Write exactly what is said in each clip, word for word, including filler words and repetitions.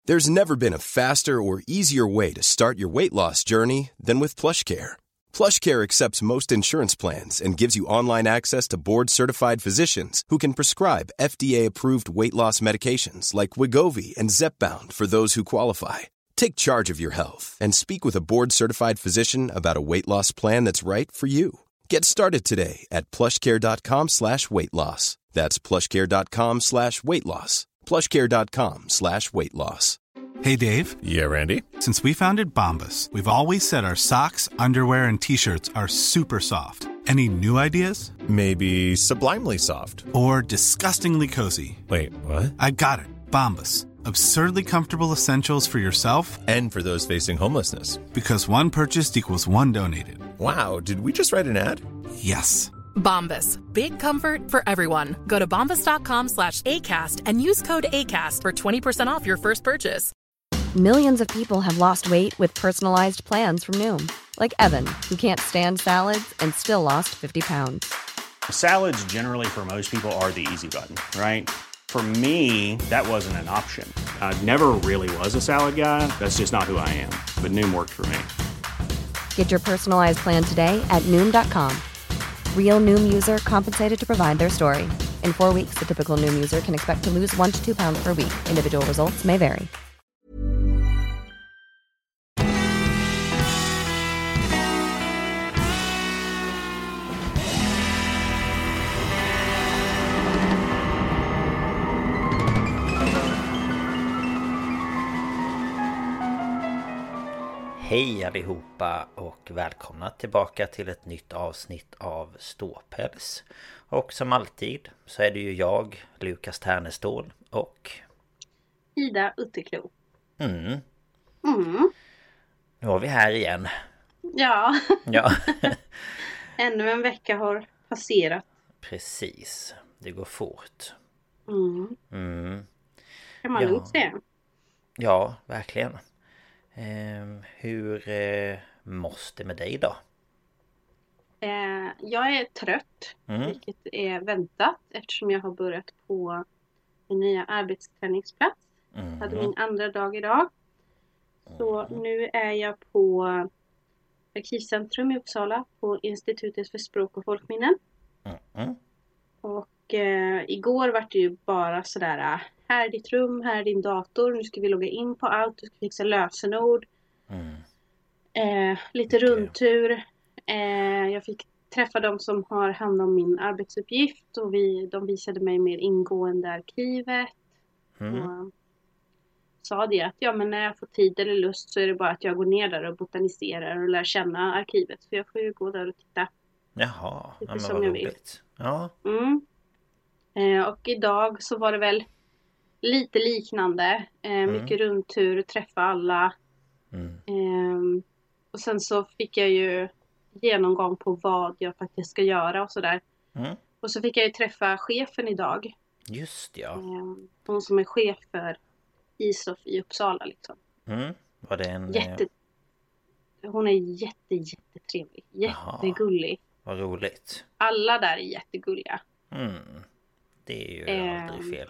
There's never been a faster or easier way to start your weight loss journey than with PlushCare. PlushCare accepts most insurance plans and gives you online access to board-certified physicians who can prescribe F D A-approved weight loss medications like Wegovy and Zepbound for those who qualify. Take charge of your health and speak with a board-certified physician about a weight loss plan that's right for you. Get started today at plushcare.com slash weight loss. That's plushcare.com slash weight loss. plushcare.com slash weight loss. Hey, Dave. Yeah, Randy. Since we founded Bombas, we've always said our socks, underwear, and T-shirts are super soft. Any new ideas? Maybe sublimely soft. Or disgustingly cozy. Wait, what? I got it. Bombas. Absurdly comfortable essentials for yourself and for those facing homelessness. Because one purchased equals one donated. Wow, did we just write an ad? Yes. Bombas. Big comfort for everyone. Go to bombas.com slash ACAST and use code ACAST for twenty percent off your first purchase. Millions of people have lost weight with personalized plans from Noom. Like Evan, who can't stand salads and still lost fifty pounds. Salads generally for most people are the easy button, right? For me, that wasn't an option. I never really was a salad guy. That's just not who I am. But Noom worked for me. Get your personalized plan today at Noom dot com. Real Noom user compensated to provide their story. In four weeks, the typical Noom user can expect to lose one to two pounds per week. Individual results may vary. Hej allihopa och välkomna tillbaka till ett nytt avsnitt av Ståpäls. Och som alltid så är det ju jag, Lukas Ternestål och Ida Utterklo. Mm. Mm. Nu är vi här igen. Ja. Ja. Ännu en vecka har passerat. Precis. Det går fort. Mm. Mm. Kan man ja. lugnt säga. Ja, verkligen. Eh, hur eh, måste med dig då? Eh, jag är trött, Mm. vilket är väntat eftersom jag har börjat på en nya arbetsträningsplats. Mm. Jag hade min andra dag idag. Så Mm. nu är jag på Arkivcentrum i Uppsala på Institutet för språk och folkminnen. Mm. Och eh, igår var det ju bara sådär, här är ditt rum, här är din dator, nu ska vi logga in på allt, du ska fixa lösenord. Mm. Eh, lite Okej. rundtur. Eh, jag fick träffa de som har hand om min arbetsuppgift och vi, de visade mig mer ingående arkivet. Mm. Och sa det att ja, men när jag får tid eller lust så är det bara att jag går ner där och botaniserar och lär känna arkivet. För jag får ju gå där och titta. Jaha, ja, Lite men som vad jag vill. roligt. Ja. Mm. Eh, och idag så var det väl lite liknande. Eh, Mm. mycket rundtur, träffa alla. Mm. Eh, och sen så fick jag ju genomgång på vad jag faktiskt ska göra och sådär. Mm. Och så fick jag ju träffa chefen idag. Just ja. Eh, hon som är chef för I S O F i Uppsala liksom. Mm. Var det en... Jätte... Hon är jätte, jättetrevlig. Jaha. Jättegullig. Vad roligt. Alla där är jättegulliga. Mm. Det är ju Ehm. aldrig fel.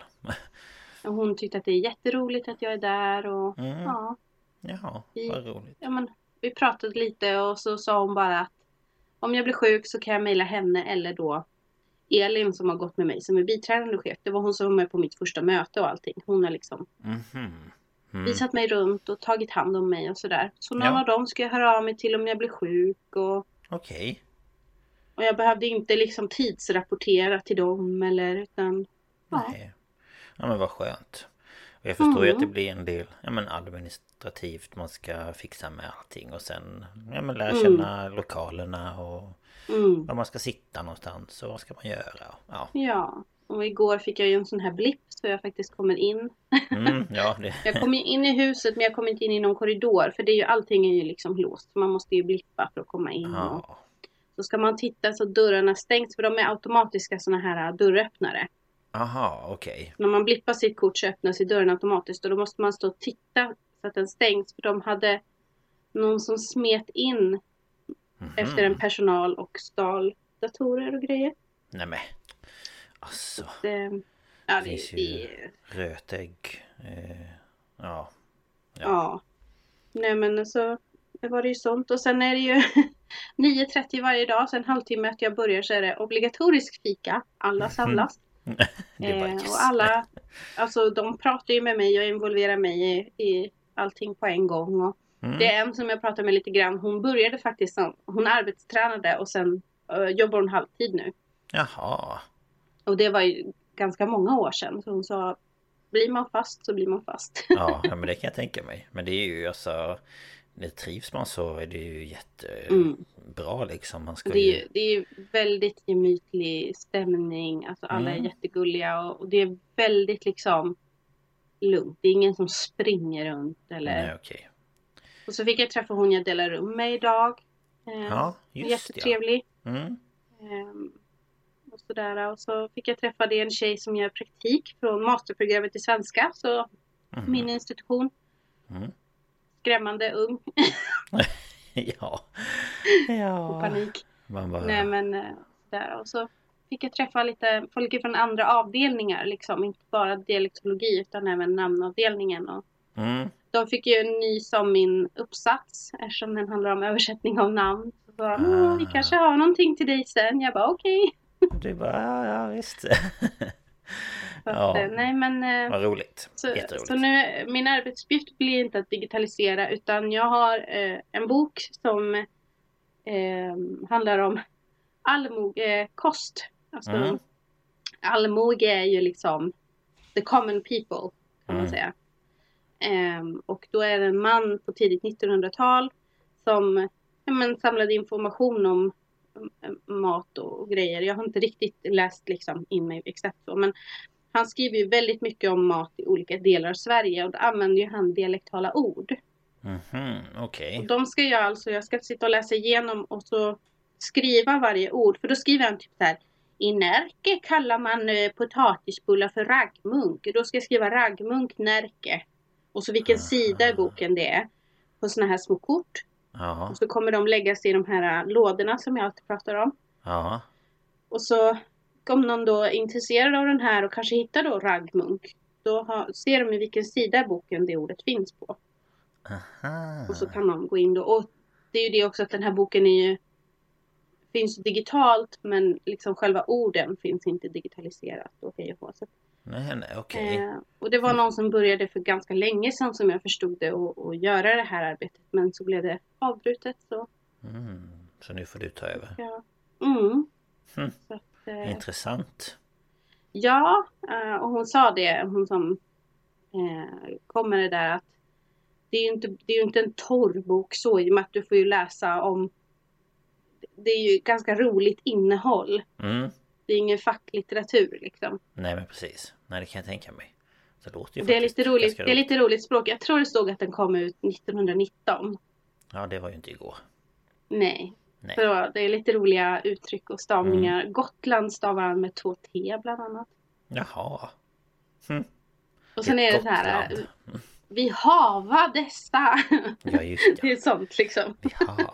Och hon tyckte att det är jätteroligt att jag är där. Och Mm. ja, Jaha, Vi- vad roligt. ja, men vi pratade lite och så sa hon bara att om jag blir sjuk så kan jag mejla henne eller då Elin som har gått med mig som är biträdande chef. Det var hon som var med på mitt första möte och allting. Hon har liksom Mhm. Mm. visat mig runt och tagit hand om mig och sådär. Så någon Ja. av dem ska jag höra av mig till om jag blir sjuk. Och, Okej. och jag behövde inte liksom tidsrapportera till dem eller utan ja. Nej. Ja men vad skönt. Och jag förstår ju Mm. att det blir en del ja, men administrativt man ska fixa med allting och sen ja, men lära Mm. känna lokalerna och Mm. var man ska sitta någonstans och vad ska man göra. Ja, Ja, och igår fick jag ju en sån här blipp så jag faktiskt kommer in. mm, ja det... Jag kom ju in i huset men jag kom inte in i någon korridor för det är ju, allting är ju liksom låst. Man måste ju blippa för att komma in. Och Ja. så ska man titta så dörrarna stängs för de är automatiska såna här dörröppnare. Aha, okej. När man blippar sitt kort så öppnas dörren automatiskt och då måste man stå och titta så att den stängs. För de hade någon som smet in Mhm. efter en personal och stal datorer och grejer. Nej men. Alltså. Det, ja, Det det, finns ju det, rötägg. Eh, ja. nej men så det var det ju sånt. Och sen är det ju nio trettio varje dag. Sen halvtimme att jag börjar så är det obligatorisk fika. Alla samlas. Det var eh, yes. och alla, alltså de pratar ju med mig och involverar mig i, i allting på en gång. Och Mm. det är en som jag pratar med lite grann. Hon började faktiskt som, hon arbetstränade och sen uh, jobbar hon halvtid nu. Jaha. Och det var ju ganska många år sedan. Så hon sa, blir man fast så blir man fast. Ja, men det kan jag tänka mig. Men det är ju alltså, det trivs man så är det ju jättebra mm. liksom. Man ska det, är ju... ju, det är ju väldigt gemytlig stämning. Alltså alla mm. är jättegulliga och, och det är väldigt liksom lugnt. Det är ingen som springer runt eller... Nej, okej. Och så fick jag träffa hon jag delar rum med idag. Eh, ja, just jättetrevlig. Ja. Mm. Eh, och, sådär. Och så fick jag träffa det en tjej som gör praktik från masterprogrammet i svenska. Så mm. min institution. Mm. Skrämmande ung. ja. ja. Och panik. Man bara... Nej men där. Och så fick jag träffa lite folk från andra avdelningar. Liksom. Inte bara dialektologi utan även namnavdelningen. Och mm. de fick ju en ny som min uppsats. Eftersom den handlar om översättning av namn. Så sa de, ah. vi kanske har någonting till dig sen. Jag bara okej. Okay. Du bara, ja, ja visst. ja. Att, nej, men, vad roligt. Så, Jätteroligt. Så nu, min arbetsuppgift blir inte att digitalisera. Utan jag har eh, en bok som eh, handlar om allmogekost. Alltså, mm. allmoge är ju liksom the common people kan mm. man säga. Um, och då är det en man på tidigt nittonhundratal som ja, men, samlade information om um, mat och, och grejer. Jag har inte riktigt läst liksom, in mig exakt så. Men han skriver ju väldigt mycket om mat i olika delar av Sverige. Och då använder ju han dialektala ord. Mm-hmm, okej. Okay. Och de ska jag alltså, jag ska sitta och läsa igenom och så skriva varje ord. För då skriver han typ så här. I Närke kallar man eh, potatisbullar för raggmunk. Då ska jag skriva raggmunk, Närke. Och så vilken sida i boken det är. På såna här små kort. Aha. Och så kommer de läggas i de här lådorna som jag alltid pratar om. Aha. Och så om någon då är intresserad av den här och kanske hittar då raggmunk. Då har, ser de i vilken sida i boken det ordet finns på. Aha. Och så kan man gå in då. Och det är ju det också att den här boken är ju, finns digitalt. Men liksom själva orden finns inte digitaliserat. Och hej och så. Nej, nej, okej. Eh, och det var någon som började för ganska länge sedan som jag förstod det och, och göra det här arbetet. Men så blev det avbrutet. Så, mm, så nu får du ta över. Ja. Mm. Mm. Så att, eh, intressant. Ja, eh, och hon sa det. Hon som eh, kom med det där att det är ju inte, det är ju inte en torr bok så i och med att du får ju läsa om. Det är ju ganska roligt innehåll. Mm. Det är ingen facklitteratur liksom. Nej men precis. Nej det kan jag tänka mig. Så det låter ju det är lite roligt. roligt. Det är lite roligt språk. Jag tror det stod att den kom ut nittonhundranitton. Ja det var ju inte igår. Nej. Nej. Så det är lite roliga uttryck och stavningar. Mm. Gotland stavar han med två T bland annat. Jaha. Hm. Och sen Ett är det så här. Gotland. Vi hava dessa. Ja just det. Det är sånt liksom. Vi hava.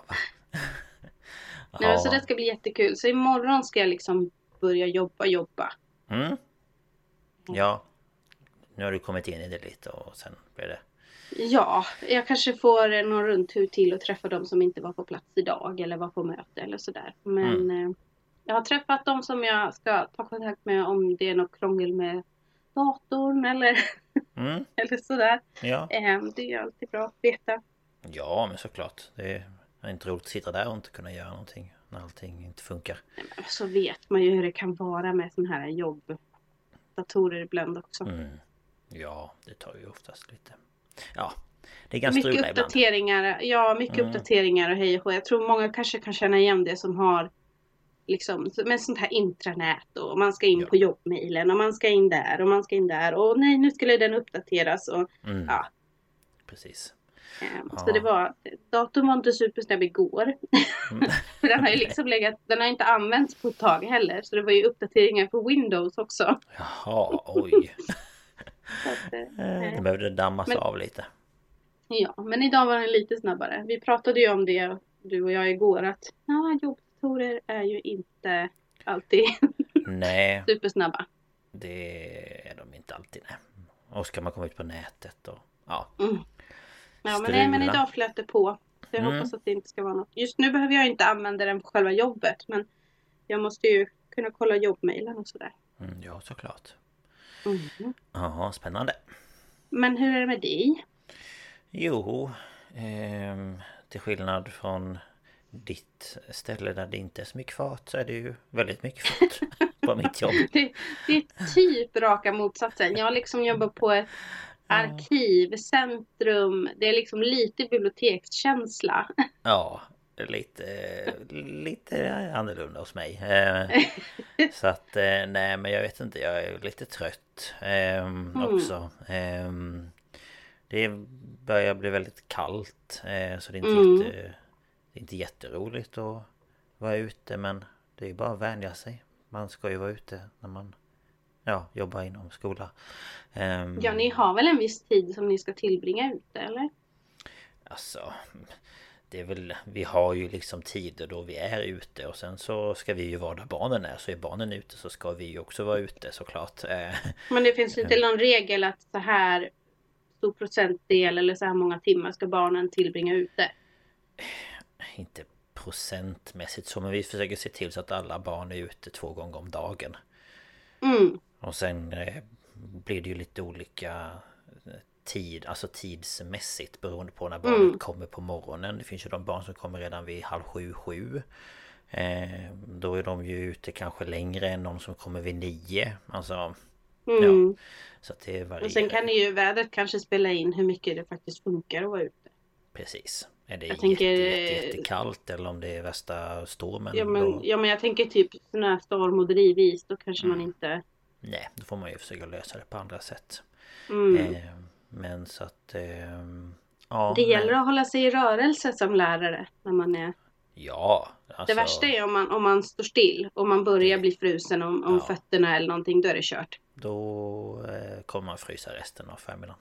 Nej, så det ska bli jättekul. Så imorgon ska jag liksom börja jobba, jobba. Mm. Ja. Nu har du kommit in i det lite och sen blir det. Ja, jag kanske får någon rundtur till och träffa dem som inte var på plats idag. Eller var på möte eller sådär. Men mm. eh, jag har träffat dem som jag ska ta kontakt med om det är något krångel med datorn eller, mm. eller sådär. Ja. Eh, det är ju alltid bra att veta. Ja, men såklart. Det är inte roligt att sitta där och inte kunna göra någonting när allting inte funkar. Nej, men så vet man ju hur det kan vara med sån här jobb. Datorer ibland också. Mm. Ja, det tar ju oftast lite. Ja, det är ganska mycket strula uppdateringar. Ibland. Ja, mycket mm. uppdateringar och hej och hej. Jag tror många kanske kan känna igen det som har liksom med sånt här intranät och man ska in ja. på jobbmailen och man ska in där och man ska in där och nej, nu skulle den uppdateras och mm. ja. Precis. Um, ja. Så det var, datorn var inte supersnabb igår. Mm. För den har ju liksom legat, den har inte använts på ett tag heller. Så det var ju uppdateringar på Windows också. Jaha, oj. Så att, eh, det behövde dammas men, av lite. Ja, men idag var den lite snabbare. Vi pratade ju om det, du och jag igår, att ja, jobbdatorer är ju inte alltid nej. supersnabba. Det är de inte alltid, nej. Och ska man komma ut på nätet och ja. Mm. Ja, men, nej, men idag flöt det på. Så jag Mm. hoppas att det inte ska vara något. Just nu behöver jag inte använda den på själva jobbet. Men jag måste ju kunna kolla jobbmailen och sådär. Mm, ja, såklart. Mm. Ja, spännande. Men hur är det med dig? Jo, ehm, till skillnad från ditt ställe där det inte är så mycket fart, så är det ju väldigt mycket fart på mitt jobb. Det, det är typ raka motsatsen. Jag liksom jobbar på ett arkivcentrum. Det är liksom lite bibliotekskänsla. Ja, lite, lite annorlunda hos mig. Eh, så att, eh, nej men jag vet inte, jag är lite trött eh, Mm. också. Eh, det börjar bli väldigt kallt, eh, så det är inte, Mm. jätte, det är inte jätteroligt att vara ute, men det är ju bara att vänja sig. Man ska ju vara ute när man ja, jobbar inom skola. Eh, Ja, ni har väl en viss tid som ni ska tillbringa ute, eller? Alltså, det är väl, vi har ju liksom tider då vi är ute, och sen så ska vi ju vara där barnen är. Så är barnen ute så ska vi ju också vara ute, såklart. Eh, Men det finns inte någon regel att så här stor procentdel eller så här många timmar ska barnen tillbringa ute? inte procentmässigt så, men vi försöker se till så att alla barn är ute två gånger om dagen. Mm. Och sen eh, blir det ju lite olika tid, alltså tidsmässigt, beroende på när barnet Mm. kommer på morgonen. Det finns ju de barn som kommer redan vid halv sju, sju. Eh, då är de ju ute kanske längre än de som kommer vid nio. Alltså, Mm. ja. Så att det varierar. Och sen kan det ju vädret kanske spela in hur mycket det faktiskt funkar att vara ute. Precis. Är det Jag jätte, tänker- jätte, jättekallt eller om det är värsta stormen? Ja men, då, ja, men jag tänker typ snöstorm och drivis. Då kanske man inte... nej, då får man ju försöka lösa det på andra sätt. Mm. Eh, men så att... Eh, ja, Det gäller nej. att hålla sig i rörelse som lärare. När man är... Ja, alltså, Det värsta är om man, om man står still och man börjar bli frusen om, om Ja. fötterna eller någonting. Då är det kört. då eh, kommer man frysa resten av förmiddagen.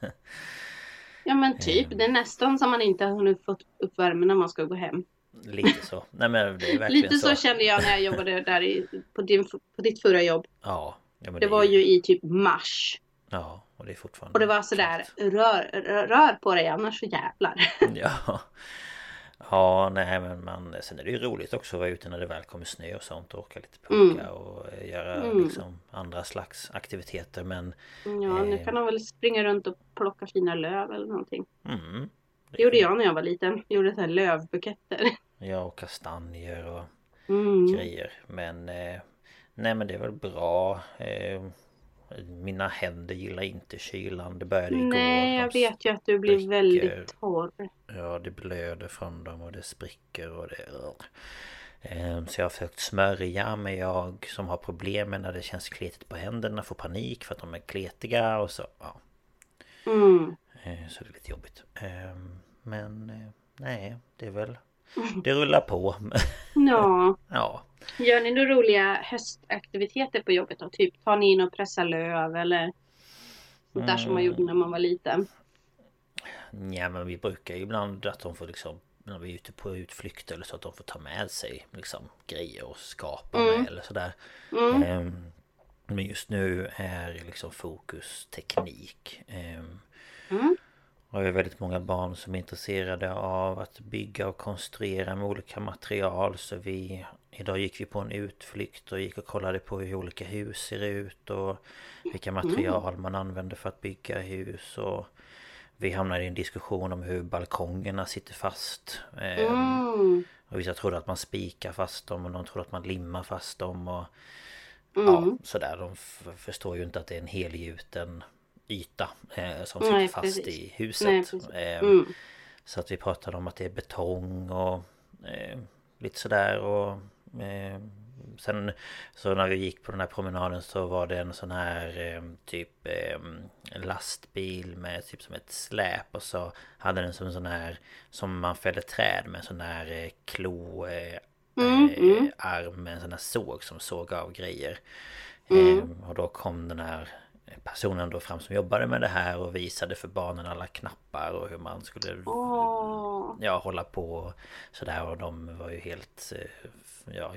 Ja men typ. Mm. Det är nästan som man inte har hunnit fått upp värmen när man ska gå hem. Lite så. Nej men det är verkligen Lite så kände jag när jag jobbade där i, på, din, på ditt förra jobb. Ja, ja men Det är var ju i typ mars. Ja, och det är fortfarande... Och det var sådär, kallt. rör, rör, rör på dig annars så jävlar. Ja. Ja, nej men man, sen är det ju roligt också att vara ute när det väl kommer snö och sånt, och åka lite plocka Mm. och eh, göra Mm. liksom andra slags aktiviteter, men Ja, nu Eh. kan de väl springa runt och plocka fina löv eller någonting. mm, Det gjorde jag när jag var liten. Jag gjorde så här lövbuketter. ja, och kastanjer och Mm. grejer, men eh, nej men det är väl bra. eh, Mina händer gillar inte kylan, det började igår. Nej, jag De vet ju att du blir spricker. väldigt torr. Ja, det blöder från dem och det spricker och det... Ehm, Så jag har försökt smörja, men jag som har problem med när det känns kletigt på händerna får panik för att de är kletiga och så, ja. Mm. Ehm, Så det är lite jobbigt. Ehm, Men eh, nej, det är väl... Det rullar på. Ja. Ja. Gör ni några roliga höstaktiviteter på jobbet då? Typ tar ni in och pressar löv eller sånt där som man gjorde när man var liten? Ja, men vi brukar ju ibland att de får liksom, när vi är ute på utflykt eller så, att de får ta med sig liksom grejer och skapa Mm. med eller sådär. Mm. Ehm, Men just nu är liksom fokus teknik. Ehm, Mm. Och det är väldigt många barn som är intresserade av att bygga och konstruera med olika material. Så vi, idag gick vi på en utflykt och gick och kollade på hur olika hus ser ut och vilka material man använder för att bygga hus. Och vi hamnade i en diskussion om hur balkongerna sitter fast. Ehm, Mm. Och vissa trodde att man spikar fast dem och någon trodde att man limmar fast dem. Och Mm. ja, sådär. De f- förstår ju inte att det är en helgjuten yta eh, som sitter Nej, fast precis. i huset. Nej, precis. Eh, Mm. Så att vi pratade om att det är betong och eh, lite sådär. Och eh, sen så när vi gick på den här promenaden så var det en sån här eh, typ eh, lastbil med typ som ett släp. Och så hade den som en sån här, som man fäller träd med, sån här eh, klo... Eh, Mm, eh, mm. arm med en sån här såg som såg av grejer. Mm. Ehm, och då kom den här personen då fram som jobbade med det här och visade för barnen alla knappar och hur man skulle Åh. ja, hålla på och sådär, och de var ju helt eh, ja,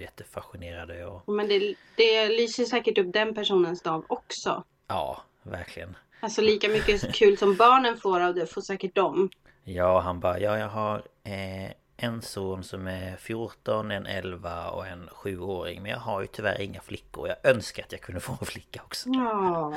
jättefascinerade och Men det, det lyser säkert upp den personens dag också. ja, verkligen. Alltså lika mycket kul som barnen får av det får säkert de. Ja, han bara, ja jag har eh, en son som är fjorton, en elva och en sjuåring. Men jag har ju tyvärr inga flickor. Jag önskar att jag kunde få en flicka också. Ja.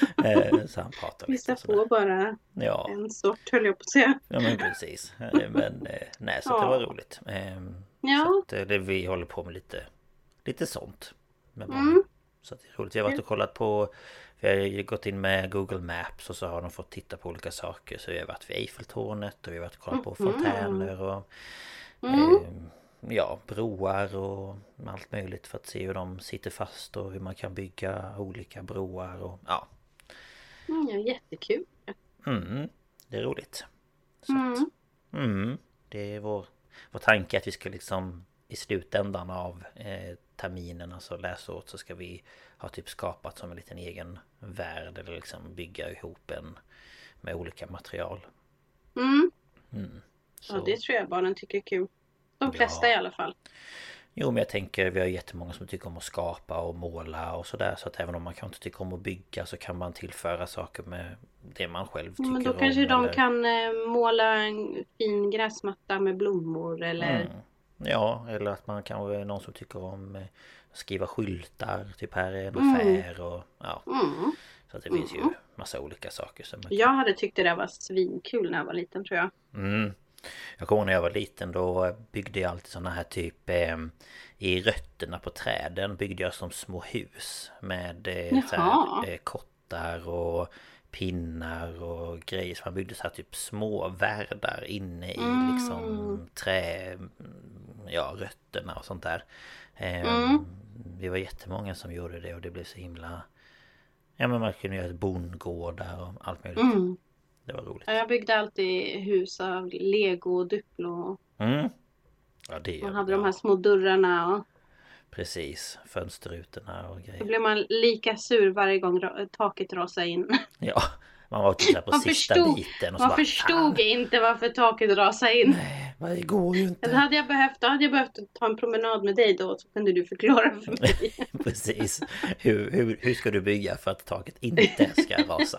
eh, så han pratar lite Vissa får bara ja. en sort, höll jag på att säga. Ja men precis. Eh, men eh, nej, så ja. Det var roligt. Eh, ja. Så att, eh, det, vi håller på med lite, lite sånt. Med barnen. Mm. Så att det är roligt. Jag har varit och kollat på... Vi har ju gått in med Google Maps och så har de fått titta på olika saker. Så vi har varit vid Eiffeltornet och vi har varit och kollat på fontäner och mm. eh, ja, broar och allt möjligt för att se hur de sitter fast och hur man kan bygga olika broar och ja. Mm, ja, jättekul. Mm, det är roligt. Så mm. Att, mm, det är vår, vår tanke att vi ska liksom i slutändan av eh, terminen, alltså läsåret, så ska vi ha typ skapat som en liten egen värld eller liksom bygga ihop en med olika material. Mm. Mm. Ja, det tror jag barnen tycker är kul. De flesta ja. I alla fall. Jo, men jag tänker vi har jättemånga som tycker om att skapa och måla och sådär. Så att även om man kanske inte tycker om att bygga så kan man tillföra saker med det man själv tycker om. Men då om, kanske de eller... kan måla en fin gräsmatta med blommor eller... Mm. Ja, eller att man kan vara någon som tycker om att skriva skyltar. Typ här är en affär mm. och ja. Mm. Så att det finns ju massa olika saker som man kan... Jag hade tyckt det där var svinkul när jag var liten, tror jag. Mm. Jag kommer ihåg när jag var liten, då byggde jag alltid såna här typ eh, i rötterna på träden byggde jag som små hus med eh, så här, eh, kottar och pinnar och grejer. Så man byggde så här typ små världar inne i mm. liksom trä, ja, rötterna och sånt där. Eh, mm. Vi var jättemånga som gjorde det och det blev så himla... Ja, men man kunde göra ett bondgårdar och allt möjligt. Mm. Det var roligt. Jag byggde alltid hus av Lego och Duplo. Mm. Ja, det man hade bra. De här små dörrarna och... Precis, fönsterrutorna och grejer. Då blev man lika sur varje gång taket rasade in. Ja, man var typ på man sista förstod, biten. Och man så bara, förstod inte varför taket rasade in. Nej, det går ju inte. Då hade jag behövt, då hade jag behövt ta en promenad med dig då, så kunde du förklara för mig. Precis. Hur, hur, hur ska du bygga för att taket inte ska rasa?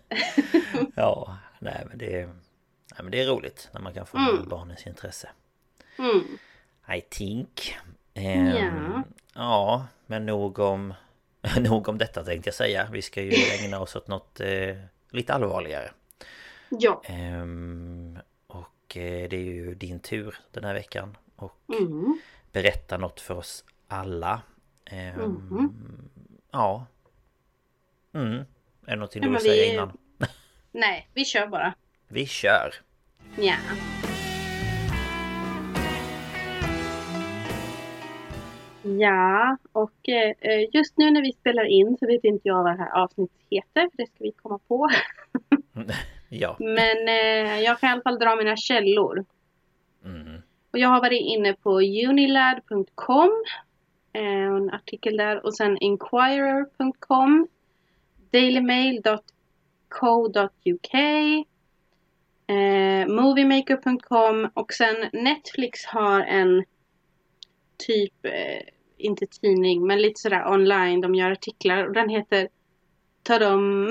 Ja, nej men, det, nej men det är roligt när man kan få mm. barnens intresse. Mm. I think. Um, ja. ja, men nog om, nog om detta tänkte jag säga. Vi ska ju ägna oss åt något eh, lite allvarligare. Ja. Um, och eh, det är ju din tur den här veckan. Och mm. berätta något för oss alla. Um, mm. Ja. Mm. Är det någonting du vill säga vi... innan? Nej, vi kör bara. Vi kör. Ja. Ja, och eh, just nu när vi spelar in så vet inte jag vad det här avsnittet heter, för det ska vi komma på. Ja. Men eh, jag kan i alla fall dra mina källor. Mm. Och jag har varit inne på unilad punkt com, eh, en artikel där, och sen inquirer punkt com, dailymail punkt co punkt uk, eh, moviemaker punkt com, och sen Netflix har en typ, eh, inte tidning, men lite sådär online, de gör artiklar, och den heter Tadam.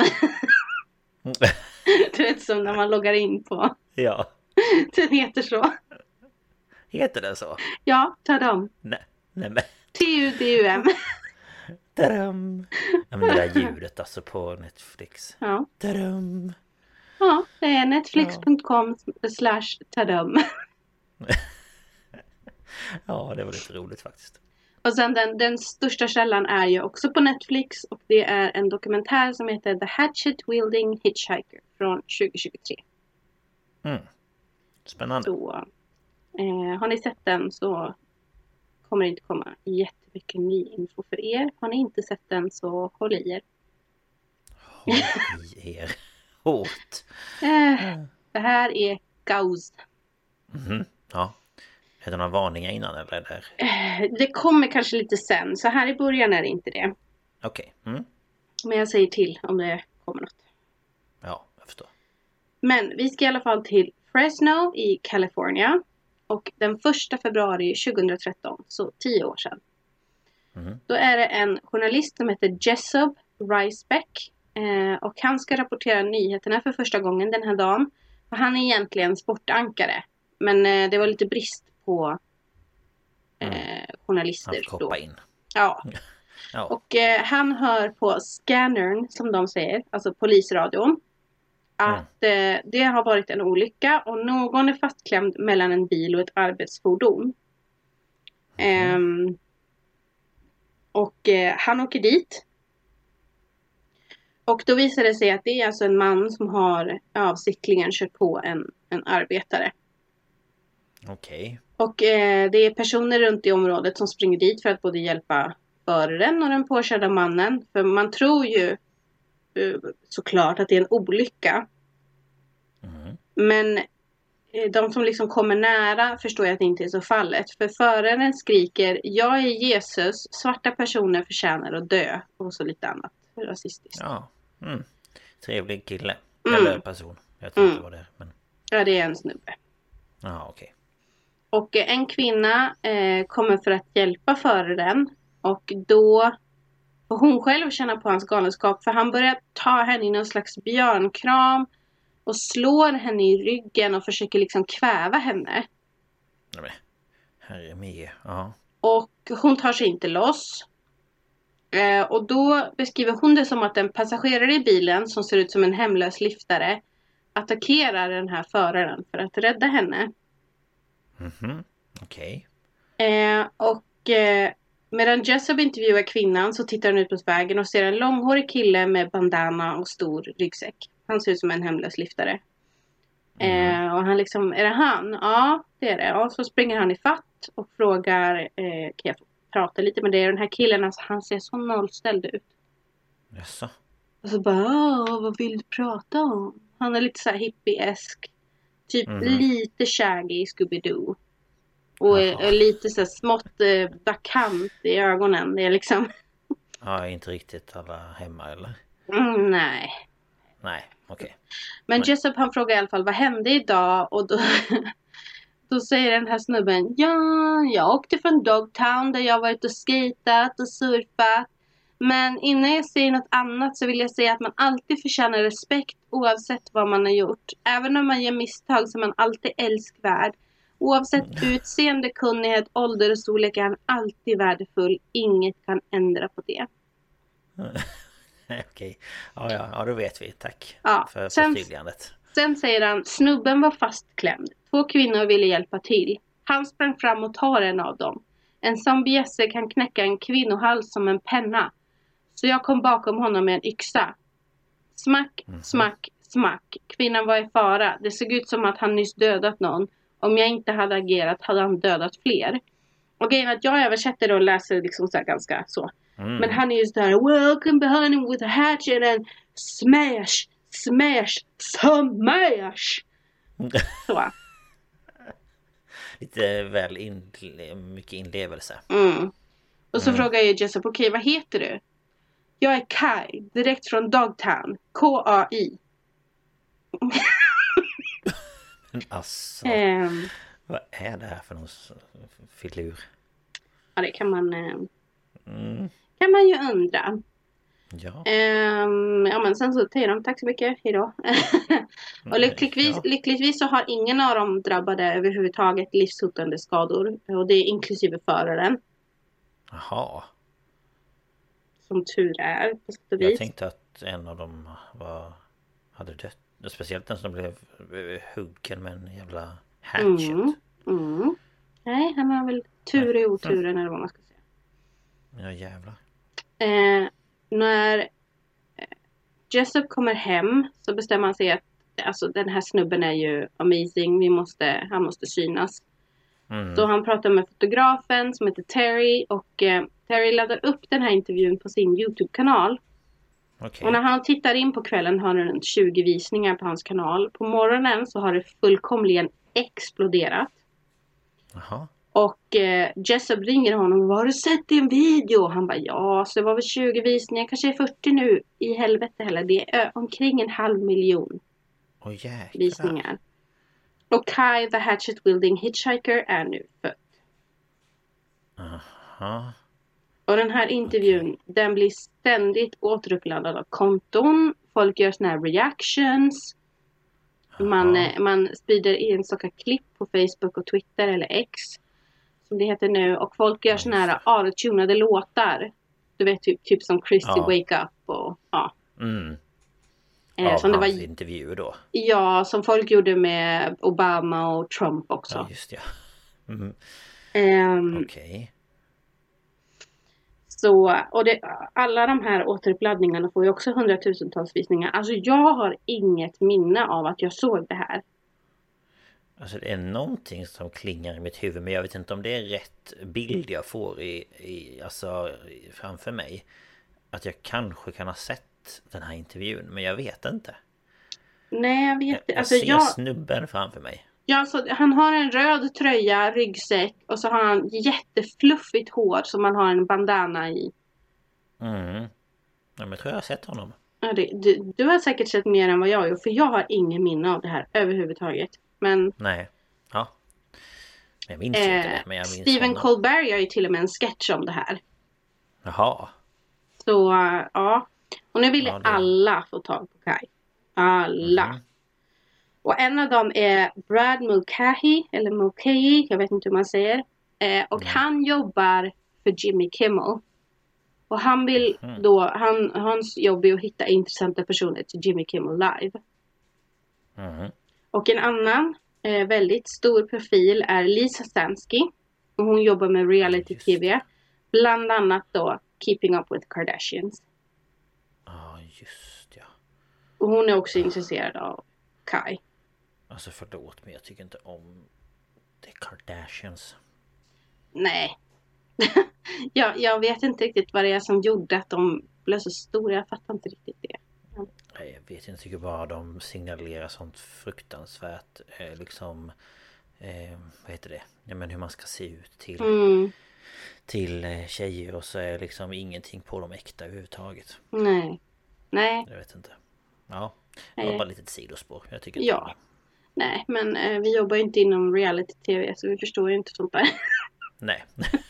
Du vet, som när man loggar in på. Ja. Den heter så. Heter den så? Ja, Tadam. Nej, nej men. T U D U M. Tadam. Ja, men det där ljudet alltså på Netflix. Ja. Tadam. Ja, det är netflix punkt com slash tadam. Ja, det var lite roligt faktiskt. Och sen den, den största källan är ju också på Netflix, och det är en dokumentär som heter The Hatchet Wielding Hitchhiker från tjugo tjugotre. Mm. Spännande. Så eh, har ni sett den så kommer det inte komma jättemycket ny info för er. Har ni inte sett den så håll i er. Håll i er. Hårt. Eh, det här är kaos. Mm-hmm. Ja. Är det några varningar innan eller är det? Det kommer kanske lite sen. Så här i början är det inte det. Okej. Okay. Mm. Men jag säger till om det kommer något. Ja, jag förstår. Men vi ska i alla fall till Fresno i California. Och den första februari tjugohundratretton, så tio år sedan. Mm. Då är det en journalist som heter Jessup Ricebeck Eh, och han ska rapportera nyheterna för första gången den här dagen. För han är egentligen sportankare. Men eh, det var lite brist på eh, mm. journalister. Han fick hoppa in. Ja. ja. Och eh, han hör på scannern, som de säger, alltså polisradion, att mm. eh, det har varit en olycka och någon är fastklämd mellan en bil och ett arbetsfordon. Mm. Eh, och eh, han åker dit. Och då visar det sig att det är alltså en man som har avsiktligen kört på en, en arbetare. Okej. Okay. Och eh, det är personer runt i området som springer dit för att både hjälpa föraren och den påkörda mannen. För man tror ju eh, såklart att det är en olycka. Mm. Men eh, de som liksom kommer nära förstår jag att det inte är så fallet. För föraren skriker, jag är Jesus, svarta personer förtjänar att dö. Och så lite annat rasistiskt. Ja, mm. Trevlig kille. Mm. Eller person. Jag tror inte mm. vad det är. Men... Ja, det är en snubbe. Ja, okej. Okay. Och en kvinna eh, kommer för att hjälpa föraren. Och då får hon själv känna på hans galenskap. För han börjar ta henne i någon slags björnkram. Och slår henne i ryggen och försöker liksom kväva henne. Nej, herre mig. Ja. Och hon tar sig inte loss. Eh, och då beskriver hon det som att en passagerare i bilen som ser ut som en hemlös liftare attackerar den här föraren för att rädda henne. Mhm, okej. Okay. Eh, och eh, medan Jessup intervjuar kvinnan så tittar hon ut på vägen och ser en långhårig kille med bandana och stor ryggsäck. Han ser ut som en hemlös liftare. Mm. Eh, och han liksom, är det han? Ja, det är det. Och så springer han i fatt och frågar, eh, kan jag få prata lite med dig? Och den här killen, alltså, han ser så nollställd ut. Jaså? Och så bara, vad vill du prata om? Han är lite så här hippiesk. Typ mm. lite shaggy i Scooby-Doo. Och är lite så här smått eh, vakant i ögonen. Det är liksom... Ja, inte riktigt alla hemma, eller? Mm, nej. Nej, okej. Okay. Men Jessup, han frågar i alla fall, vad hände idag? Och då, då säger den här snubben, ja, jag åkte från Dogtown där jag varit och skatat och surfat. Men innan jag säger något annat så vill jag säga att man alltid förtjänar respekt oavsett vad man har gjort. Även om man gör misstag så är man alltid älskvärd. Oavsett utseende, kunnighet, ålder och storlek är han alltid värdefull. Inget kan ändra på det. Okej, ja, ja, ja, då vet vi. Tack ja, för förtydligandet. Sen säger han, snubben var fastklämd. Två kvinnor ville hjälpa till. Han sprang fram och tar en av dem. En zombiesse kan knäcka en kvinnohals som en penna. Så jag kom bakom honom med en yxa. Smack, mm. smack, smack. Kvinnan var i fara. Det såg ut som att han nyss dödat någon. Om jag inte hade agerat hade han dödat fler. Och grejen är att jag översätter och läser liksom så här ganska så. Mm. Men han är just där, welcome behind him with a hatchet and smash, smash, smash. Så. Lite väl in, mycket inlevelse. Mm. Och så mm. frågar jag Jessup, okej, vad heter du? Jag är Kai, direkt från Dogtown. K A I. Men alltså, um, vad är det här för någon filur? Ja, det kan man eh, mm. kan man ju undra. Ja. Um, ja, men sen så säger de tack så mycket, hejdå. Och lyckligtvis, ja. lyckligtvis så har ingen av dem drabbade överhuvudtaget livshotande skador. Och det är inklusive föraren. Jaha. Som tur är, på sätt och vis. Jag tänkte att en av dem var, hade dött. Speciellt den som blev huggen med en jävla hatchet. Mm. Mm. Nej, han har väl tur i oturen mm. eller vad man ska säga. Ja, jävlar. Eh, när Jessup kommer hem så bestämmer han sig att alltså, den här snubben är ju amazing. Vi måste, han måste synas. Mm. Så han pratar med fotografen som heter Terry. Och eh, Terry laddar upp den här intervjun på sin YouTube-kanal. Okay. Och när han tittar in på kvällen har han tjugo visningar på hans kanal. På morgonen så har det fullkomligen exploderat. Jaha. Och eh, Jessup ringer honom. Har du sett din video? Han bara ja, så det var väl tjugo visningar. Kanske fyrtio nu. I helvete heller. Det är ö- omkring en halv miljon oh, jäklar. visningar. Och Kai the Hatchet Wielding Hitchhiker är nu född. Aha. Och den här intervjun, okay. den blir ständigt återuppladdad av konton. Folk gör såna här reactions. Man, man sprider enstaka klipp på Facebook och Twitter eller X. Som det heter nu. Och folk gör såna här autotunade låtar. Du vet, typ, typ som Christy ja. Wake Up och ja. Mm. Eh, Av som det hans var, intervju då. Ja, som folk gjorde med Obama och Trump också. Ja, just ja. Mm. Um, Okej. Okay. Så, och det, alla de här återuppladdningarna får ju också hundratusentals visningar. Alltså jag har inget minne av att jag såg det här. Alltså det är någonting som klingar i mitt huvud, men jag vet inte om det är rätt bild jag får i, i, alltså, framför mig. Att jag kanske kan ha sett den här intervjun, men jag vet inte. Nej, jag vet inte. Jag, alltså, jag ser jag... snubben framför mig. Ja, så han har en röd tröja, ryggsäck och så har han jättefluffigt hår som man har en bandana i. Mm. Ja, men jag tror jag har sett honom. Ja, det, du, du har säkert sett mer än vad jag gör, för jag har ingen minne av det här överhuvudtaget. Men... Nej, ja. Jag minns eh, inte det, men jag minns Stephen honom. Colbert gör ju till och med en sketch om det här. Jaha. Så, ja. Och nu vill ja, det... alla få tag på Kai. Alla. Mm. Och en av dem är Brad Mulcahy, eller Mulcahy, jag vet inte hur man säger. Eh, och mm. han jobbar för Jimmy Kimmel. Och han vill mm. då, han, hans jobb är att hitta intressanta personer till Jimmy Kimmel Live. Mm. Och en annan eh, väldigt stor profil är Lisa Stansky. Och hon jobbar med reality-tv. Mm, bland annat då Keeping Up with Kardashians. Ja, ah, just ja. Och hon är också intresserad av Kai. Alltså förlåt, men jag tycker inte om The Kardashians. Nej. jag, jag vet inte riktigt vad det är som gjorde att de blev så stora. Jag fattar inte riktigt det. Ja. Nej, jag vet inte. Jag tycker bara de signalerar sånt fruktansvärt. Eh, liksom, eh, vad heter det? Ja, men hur man ska se ut till, mm. till eh, tjejer. Och så är liksom ingenting på dem äkta överhuvudtaget. Nej. Nej. Jag vet inte. Ja, det var Nej. bara lite ett sidospår. Jag tycker inte ja. Nej, men eh, vi jobbar ju inte inom reality-tv så vi förstår ju inte sånt där. Nej,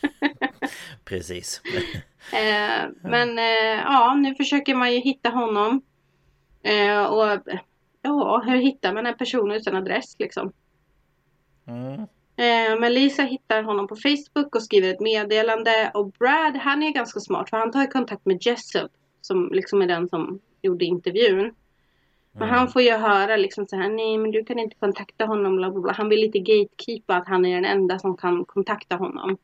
precis. eh, men eh, ja, nu försöker man ju hitta honom. Eh, och ja, hur hittar man en person utan adress liksom? Mm. Eh, men Lisa hittar honom på Facebook och skriver ett meddelande. Och Brad, han är ganska smart för han tar kontakt med Jessup som liksom är den som gjorde intervjun. Men han får ju höra liksom så här, nej men du kan inte kontakta honom, bla bla bla. Han vill lite gatekeepa att han är den enda som kan kontakta honom.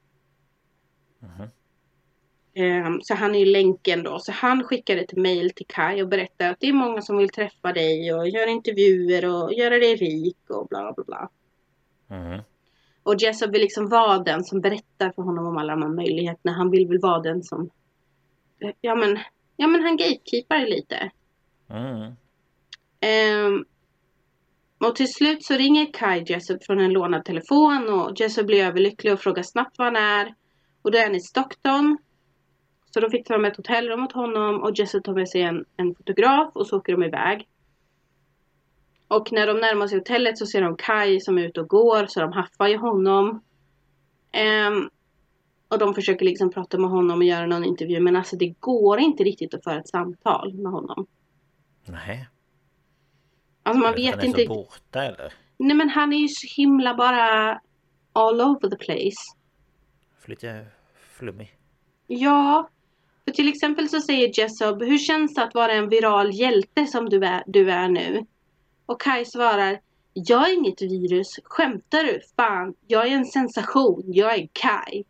Mm. Um, så han är ju länken då. Så han skickar ett mail till Kai och berättar att det är många som vill träffa dig och göra intervjuer och göra dig rik och bla bla bla. Mm. Och Jessup vill liksom vara den som berättar för honom om alla de här möjligheterna. Han vill väl vara den som, ja men, ja men han gatekeepar lite. Mm. Um, och till slut så ringer Kai Jessup från en lånad telefon och Jessup blir överlycklig och frågar snabbt var han är. Och då är han i Stockton. Så de fick ta med ett hotellrum åt honom och Jessup tar med sig en, en fotograf och så åker de iväg. Och när de närmar sig hotellet så ser de Kai som är ute och går så de haffar ju honom. Um, och de försöker liksom prata med honom och göra någon intervju men alltså det går inte riktigt att föra ett samtal med honom. Nej. Alltså man vet vet inte. Är så borta eller? Nej men han är ju så himla bara all over the place. Lite flummig. Ja. För till exempel så säger Jessup, hur känns det att vara en viral hjälte som du är, du är nu? Och Kai svarar, jag är inget virus. Skämtar du? Fan, jag är en sensation. Jag är Kai.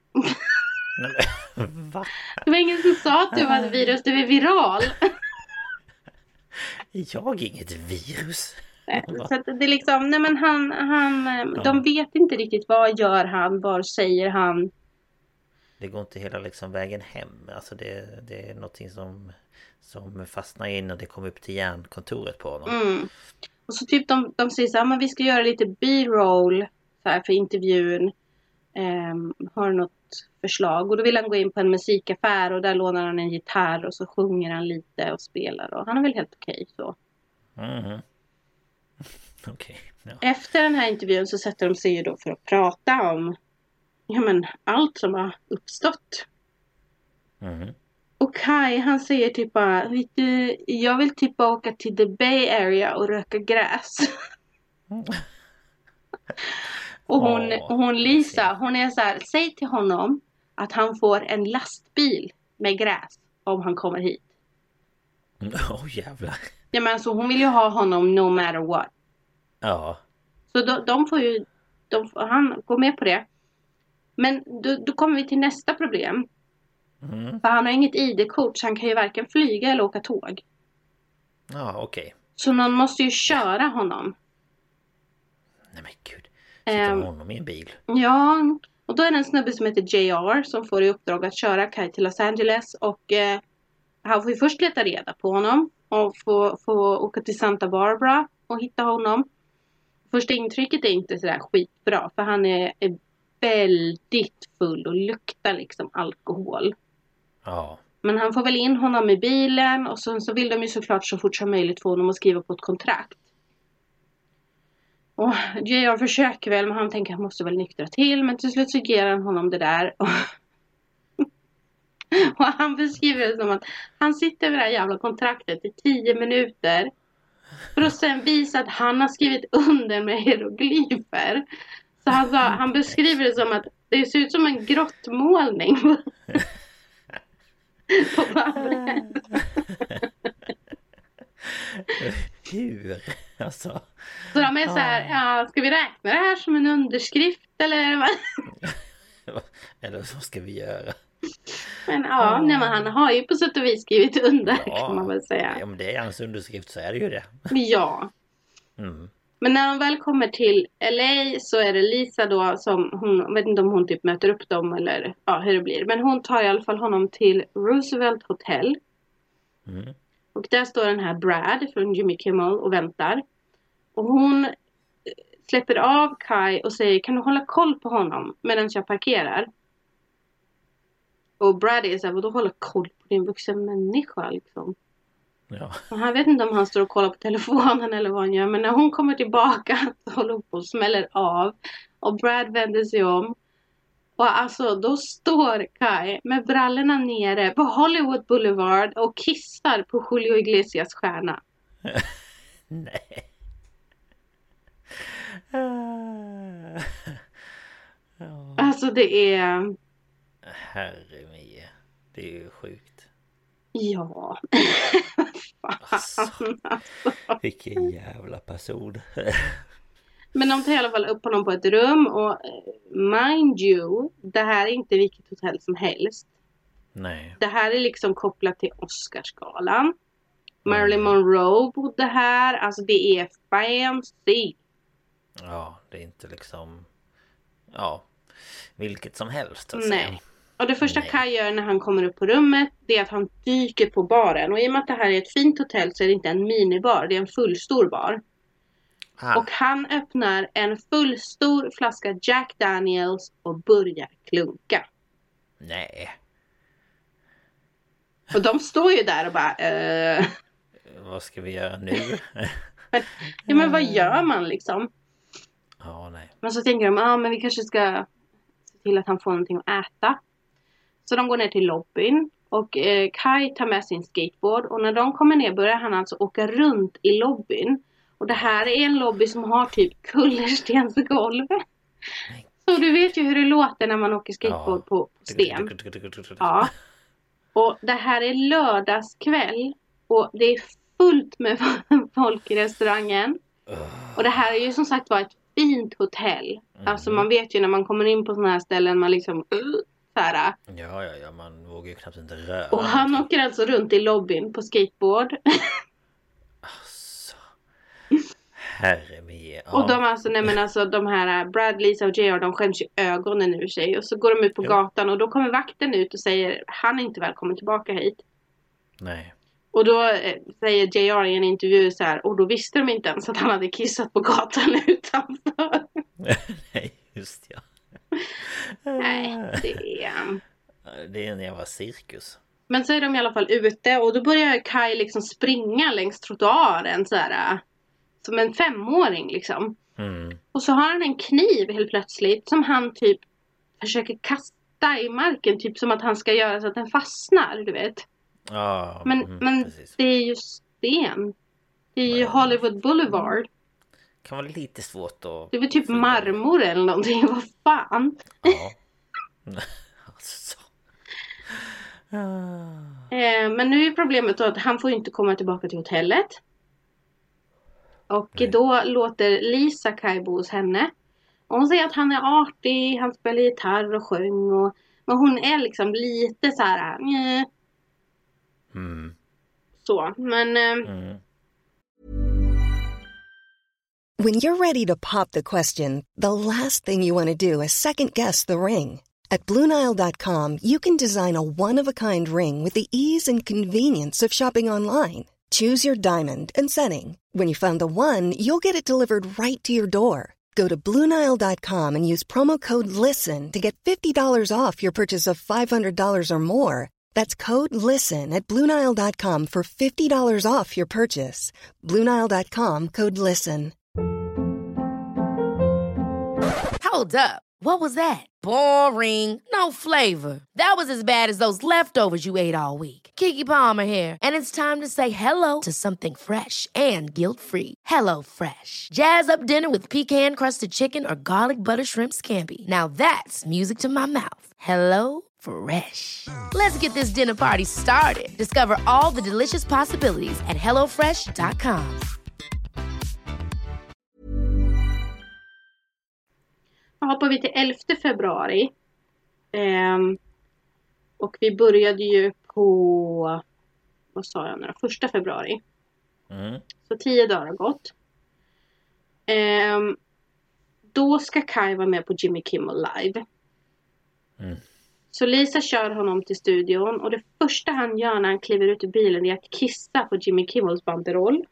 Va? Det var ingen som sa att du var ett virus. Du är viral. Jag är inget virus. Så att det är liksom, nej men han, han ja. De vet inte riktigt vad gör han, vad säger han. Det går inte hela liksom vägen hem. Alltså det, det är någonting som, som fastnar in och det kommer upp till hjärnkontoret på honom. Mm. Och så typ de, de säger så här, men vi ska göra lite B-roll så här för intervjun. Um, har du något förslag? Och då vill han gå in på en musikaffär och där lånar han en gitarr och så sjunger han lite och spelar. Och han är väl helt okej så. Mm. Okay, ja. Efter den här intervjun så sätter de sig ju då för att prata om ja, men, allt som har uppstått. Mm. Och Kai, han säger typ bara, vet du, jag vill typ bara åka till the Bay Area och röka gräs. Mm. Och hon, Åh, hon Lisa, hon är så här, säg till honom att han får en lastbil med gräs om han kommer hit. Åh oh, jävlar. Ja men alltså hon vill ju ha honom no matter what. Ja. Så de, de får ju, de, han går med på det. Men då, då kommer vi till nästa problem. Mm. För han har inget I D-kort så han kan ju varken flyga eller åka tåg. Ja, okej. Okay. Så någon måste ju köra honom. Nej men gud. Sitter um, honom i en bil. Ja, och då är det en snubbe som heter J R som får i uppdrag att köra Kai till Los Angeles. Och eh, han får ju först leta reda på honom. Och få, få åka till Santa Barbara och hitta honom. Första intrycket är inte sådär skitbra. För han är, är väldigt full och luktar liksom alkohol. Ja. Men han får väl in honom i bilen. Och sen så vill de ju såklart så fort som möjligt få honom att skriva på ett kontrakt. Och J R försöker väl, men han tänker att han måste väl nyktra till. Men till slut så ger han honom det där. Och, och han beskriver det som att han sitter med det här jävla kontraktet i tio minuter. För att sen visa att han har skrivit under med hieroglyfer. Så han, sa, han beskriver det som att det ser ut som en grottmålning. På pappret. Hur? Alltså. Så de är så här, ja, ska vi räkna det här som en underskrift eller vad? Eller så ska vi göra. Men ja, nej, men han har ju på sätt och vis skrivit under, Ja, kan man väl säga. Ja, men det är hans underskrift så är det ju det. Ja. Mm. Men när de väl kommer till L A så är det Lisa då som, hon vet inte om hon typ möter upp dem eller ja, hur det blir. Men hon tar i alla fall honom till Roosevelt Hotel. Mm. Och där står den här Brad från Jimmy Kimmel och väntar. Och hon släpper av Kai och säger, kan du hålla koll på honom medan jag parkerar? Och Brad är så här, vadå hålla koll på din vuxen människa liksom? Ja. Och han vet inte om han står och kollar på telefonen eller vad han gör. Men när hon kommer tillbaka så håller hon på och smäller av. Och Brad vänder sig om. Och alltså då står Kai med brallorna nere på Hollywood Boulevard och kissar på Julio Iglesias stjärna. Nej. Alltså det är... Herre mie. Det är ju sjukt. Ja. Fan, alltså, alltså. Vilken jävla person. Men de tar i alla fall upp honom på ett rum. Och mind you, det här är inte vilket hotell som helst. Nej. Det här är liksom kopplat till Oscarsgalan. Marilyn Monroe bodde här. Alltså det är fancy. Ja, det är inte liksom... Ja, vilket som helst. Alltså. Nej. Och det första Kai gör när han kommer upp på rummet, det är att han dyker på baren. Och i och med att det här är ett fint hotell så är det inte en minibar, det är en fullstor bar. Ah. Och han öppnar en fullstor flaska Jack Daniels och börjar klunka. Nej. Och de står ju där och bara... Uh... Vad ska vi göra nu? Ja, men vad gör man liksom? Ja, nej. Men så tänker de, ja ah, men vi kanske ska se till att han får någonting att äta. Så de går ner till lobbyn. Och eh, Kai tar med sin skateboard. Och när de kommer ner börjar han alltså åka runt i lobbyn. Och det här är en lobby som har typ kullerstensgolv. Så du vet ju hur det låter när man åker skateboard ja. på sten. Ja. Och det här är lördagskväll. Och det är fullt med folk i restaurangen. Och det här är ju som sagt var ett fint hotell. Mm. Alltså man vet ju när man kommer in på såna här ställen man liksom uh, såhär. Ja, ja, ja, man vågar ju knappt inte röra. Och han åker alltså runt i lobbyn på skateboard. Alltså. Herre mie. Ja. Och de alltså, nej men alltså de här Brad, Lisa och J R, de skäms ju ögonen ur sig. Och så går de ut på jo. gatan och då kommer vakten ut och säger han är inte välkommen tillbaka hit. Nej. Och då eh, säger J R i en intervju så här, och då visste de inte ens att han hade kissat på gatan utanför. Nej, just ja. Nej, det är... Det är en jävla cirkus. Men så är de i alla fall ute och då börjar Kai liksom springa längs trottoaren så här, som en femåring liksom. Mm. Och så har han en kniv helt plötsligt som han typ försöker kasta fästa i marken. Typ som att han ska göra så att den fastnar, du vet. Ja, men mm, men precis. det är ju sten. Det är ju Hollywood Boulevard. Det kan vara lite svårt att... Det är väl typ marmor eller någonting. Vad fan? Ja. Alltså. eh, men nu är problemet då att han får inte komma tillbaka till hotellet. Och Nej. Då låter Lisa Kai bo hos henne. Och hon säger att han är artig, han spelar gitarr och sjöng. Och, men hon är liksom lite så här... Njö. Mm. Så, men... Eh, mm. When you're ready to pop the question, the last thing you want to do is second-guess the ring. At Blue Nile dot com, you can design a one-of-a-kind ring with the ease and convenience of shopping online. Choose your diamond and setting. When you find the one, you'll get it delivered right to your door. Go to Blue Nile dot com and use promo code LISTEN to get fifty dollars off your purchase of five hundred dollars or more. That's code LISTEN at Blue Nile dot com for fifty dollars off your purchase. Blue Nile dot com, code LISTEN. Hold up. What was that? Boring. No flavor. That was as bad as those leftovers you ate all week. Keke Palmer here, and it's time to say hello to something fresh and guilt-free. Hello Fresh. Jazz up dinner with pecan-crusted chicken or garlic butter shrimp scampi. Now that's music to my mouth. Hello Fresh. Let's get this dinner party started. Discover all the delicious possibilities at hello fresh dot com. Hoppar vi till elfte februari. Um, och vi började ju på, vad sa jag nu då? Första februari. Mm. Så tio dagar har gått. Um, då ska Kai vara med på Jimmy Kimmel Live. Mm. Så Lisa kör honom till studion. Och det första han gör när han kliver ut ur bilen är att kissa på Jimmy Kimmels banderoll.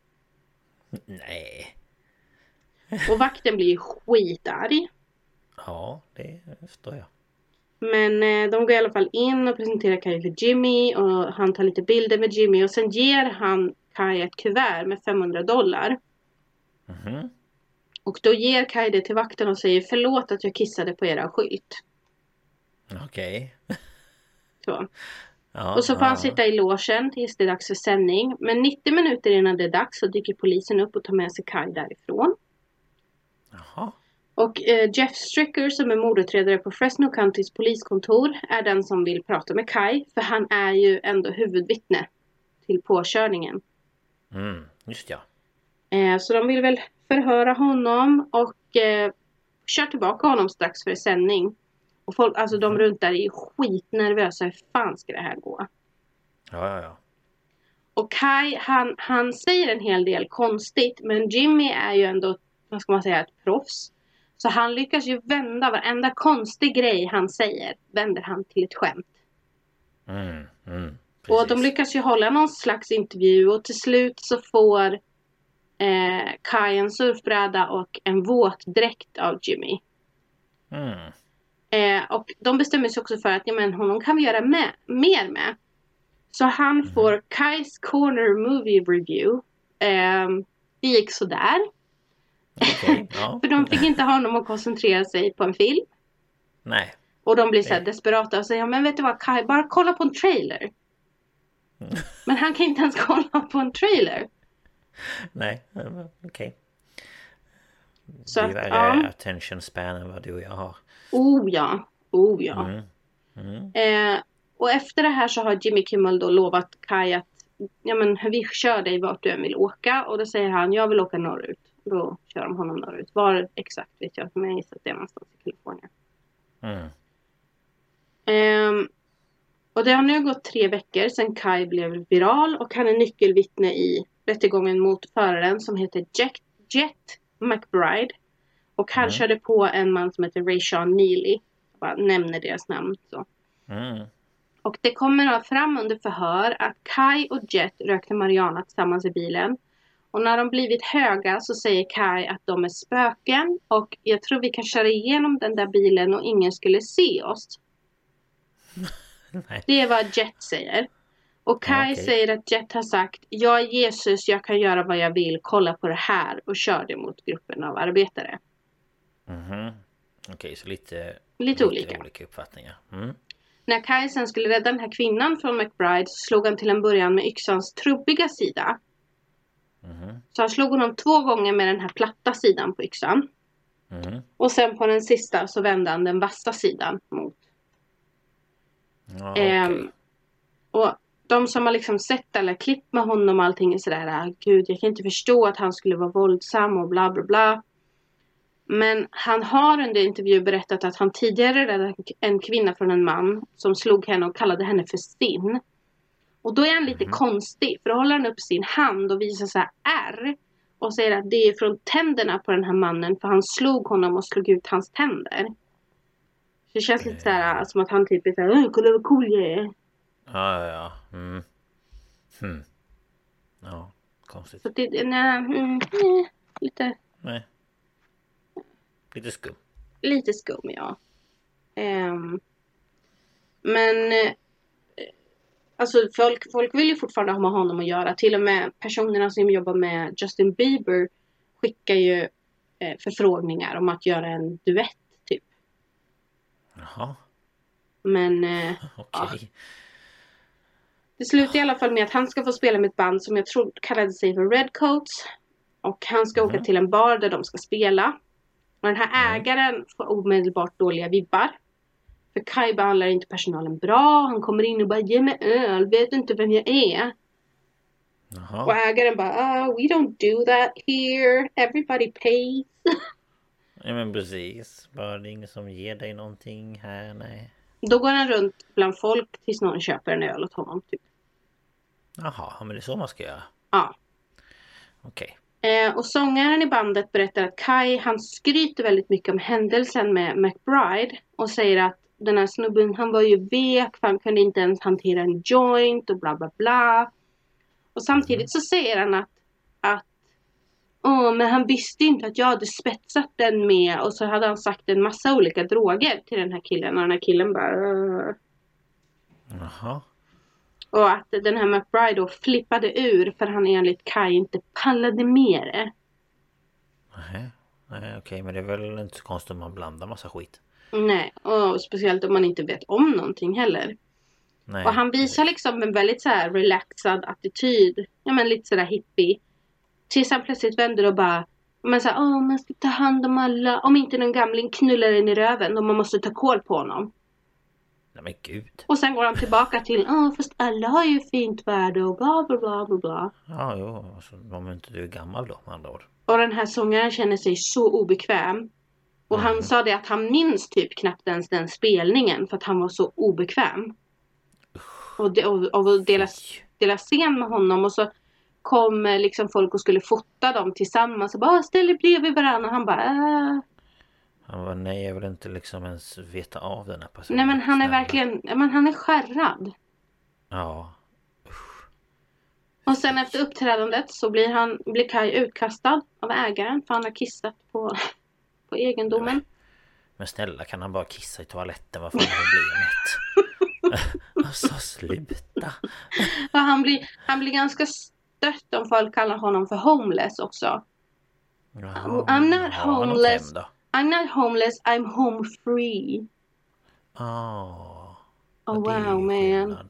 Nej. Och vakten blir ju skitarg. Ja, det förstår jag. Men eh, de går i alla fall in och presenterar Kai för Jimmy. Och han tar lite bilder med Jimmy. Och sen ger han Kai ett kuvert med femhundra dollar. Mm-hmm. Och då ger Kai det till vakten och säger: förlåt att jag kissade på era skylt. Okej. Okay. Så. Ja, och så får ja. han sitta i logen tills det är dags för sändning. Men nittio minuter innan det är dags så dyker polisen upp och tar med sig Kai därifrån. Jaha. Och eh, Jeff Stricker, som är mordutredare på Fresno Countys poliskontor, är den som vill prata med Kai. För han är ju ändå huvudvittne till påkörningen. Mm, just ja. Eh, så de vill väl förhöra honom och eh, kör tillbaka honom strax för sändning. Och folk, alltså de runt där är skitnervösa. Hur fan ska det här gå? Ja, ja, ja. Och Kai, han, han säger en hel del konstigt. Men Jimmy är ju ändå, vad ska man säga, ett proffs. Så han lyckas ju vända varenda konstig grej han säger. Vänder han till ett skämt. Mm, mm, och de lyckas ju hålla någon slags intervju. Och till slut så får eh, Kai en surfbräda och en våtdräkt av Jimmy. Mm. Eh, och de bestämmer sig också för att ja, men honom kan vi göra med, mer med. Så han mm. får Kais Corner Movie Review. Eh, det gick sådär. Okay, ja. För de fick inte ha honom att koncentrera sig på en film. Nej. Och de blir så här desperata och säger: men vet du vad Kai, bara kolla på en trailer. Mm. Men han kan inte ens kolla på en trailer. Nej, okej. Okay. Så det är att, värre ja. attention span än vad du och jag har. Oh ja, oh ja. Mm. Mm. Eh, och efter det här så har Jimmy Kimmel då lovat Kai att ja, men vi kör dig vart du än vill åka. Och då säger han: jag vill åka norrut. Då kör de honom norrut. Var exakt vet jag, men jag gissar att det är någonstans i Kalifornien. Mm. Um, och det har nu gått tre veckor sedan Kai blev viral. Och han är nyckelvittne i rättegången mot föraren som heter Jet, Jet McBride. Och han mm. körde på en man som heter Rayshawn Neely. Jag bara nämner deras namn. Så. Mm. Och det kommer fram under förhör att Kai och Jet rökte marijuana tillsammans i bilen. Och när de blivit höga så säger Kai att de är spöken. Och jag tror vi kan köra igenom den där bilen och ingen skulle se oss. Nej. Det är vad Jet säger. Och Kai ja, okay. säger att Jet har sagt: jag är Jesus, jag kan göra vad jag vill. Kolla på det här. Och kör det mot gruppen av arbetare. Mhm. Okej, okay, så lite Lite olika. olika uppfattningar. Mm. När Kai sen skulle rädda den här kvinnan från McBride så slog han till en början med yxans trubbiga sida. Mm. Så han slog honom två gånger med den här platta sidan på yxan. Mm. Och sen på den sista så vände han den vassa sidan mot. Ja, okay. ehm, och de som har liksom sett eller klippt med honom och allting är sådär, gud jag kan inte förstå att han skulle vara våldsam och bla bla bla. Men han har under intervju berättat att han tidigare räddade en kvinna från en man som slog henne och kallade henne för sin. Och då är han lite mm. konstig, för då håller han upp sin hand och visar så här R och säger att det är från tänderna på den här mannen, för han slog honom och slog ut hans tänder. Så det känns lite så här som att han typ är såhär, kolla vad cool jag är. Ja, ja, ja. Mm. Hmm. Ja, konstigt. Så det, nej, mm, nej, lite... Nej. Lite skum. Lite skum, ja. Um, men... Uh, alltså, folk, folk vill ju fortfarande ha med honom att göra. Till och med personerna som jobbar med Justin Bieber skickar ju uh, förfrågningar om att göra en duett, typ. Jaha. Men... Uh, Okej. Okay. Ja. Det slutar i alla fall med att han ska få spela med ett band som jag tror kallade sig för Redcoats. Och han ska mm. åka till en bar där de ska spela. Och den här ägaren får omedelbart dåliga vibbar. För Kai behandlar inte personalen bra. Han kommer in och bara, ge mig öl, vet inte vem jag är. Jaha. Och ägaren bara, oh, we don't do that here. Everybody pays. Ja men precis. Bara det är ingen som ger dig någonting här, nej. Då går han runt bland folk tills någon köper en öl åt honom, typ. Jaha, men det är så man ska göra. Ja. Okej. Okay. Eh, och sångaren i bandet berättar att Kai, han skryter väldigt mycket om händelsen med McBride. Och säger att den här snubben, han var ju vek, för han kunde inte ens hantera en joint och bla bla bla. Och samtidigt mm. så säger han att, att åh, men han visste inte att jag hade spetsat den med. Och så hade han sagt en massa olika droger till den här killen. Och den här killen bara... Åh. Jaha. Och att den här McBride då flippade ur för han enligt Kai inte pallade med det. Nej, nej okej, men det är väl inte så konstigt om man blandar massa skit. Nej, och speciellt om man inte vet om någonting heller. Nej, och han visar liksom en väldigt så här relaxad attityd. Ja men lite sådär hippie. Tills han plötsligt vänder och bara, men såhär, åh man ska ta hand om alla. Om inte någon gamling knullar den i röven och man måste ta kål på honom. Nej men gud. Och sen går han tillbaka till, åh fast alla har ju fint värde och bla bla bla bla bla. Ja jo, alltså, om inte du är gammal då med andra ord. Och den här sångaren känner sig så obekväm. Och mm. han sa det att han minns typ knappt ens den spelningen för att han var så obekväm. Och, de, och, och dela, dela scen med honom och så kom liksom folk och skulle fota dem tillsammans och bara ställ er bredvid varandra och han bara äh. Han var nej, jag vill inte liksom ens veta av den här personen. Nej men han är verkligen, men han är skärrad. Ja. Usch. Och sen efter uppträdandet så blir han, blir Kai utkastad av ägaren för han har kissat på, på egendomen. Men, men snälla, kan han bara kissa i toaletten? Vad fan är problemet? Alltså sluta. Och han blir, han blir ganska stött om folk kallar honom för homeless också. Jaha, I'm not homeless. I'm not homeless, I'm home free. Oh, oh wow man.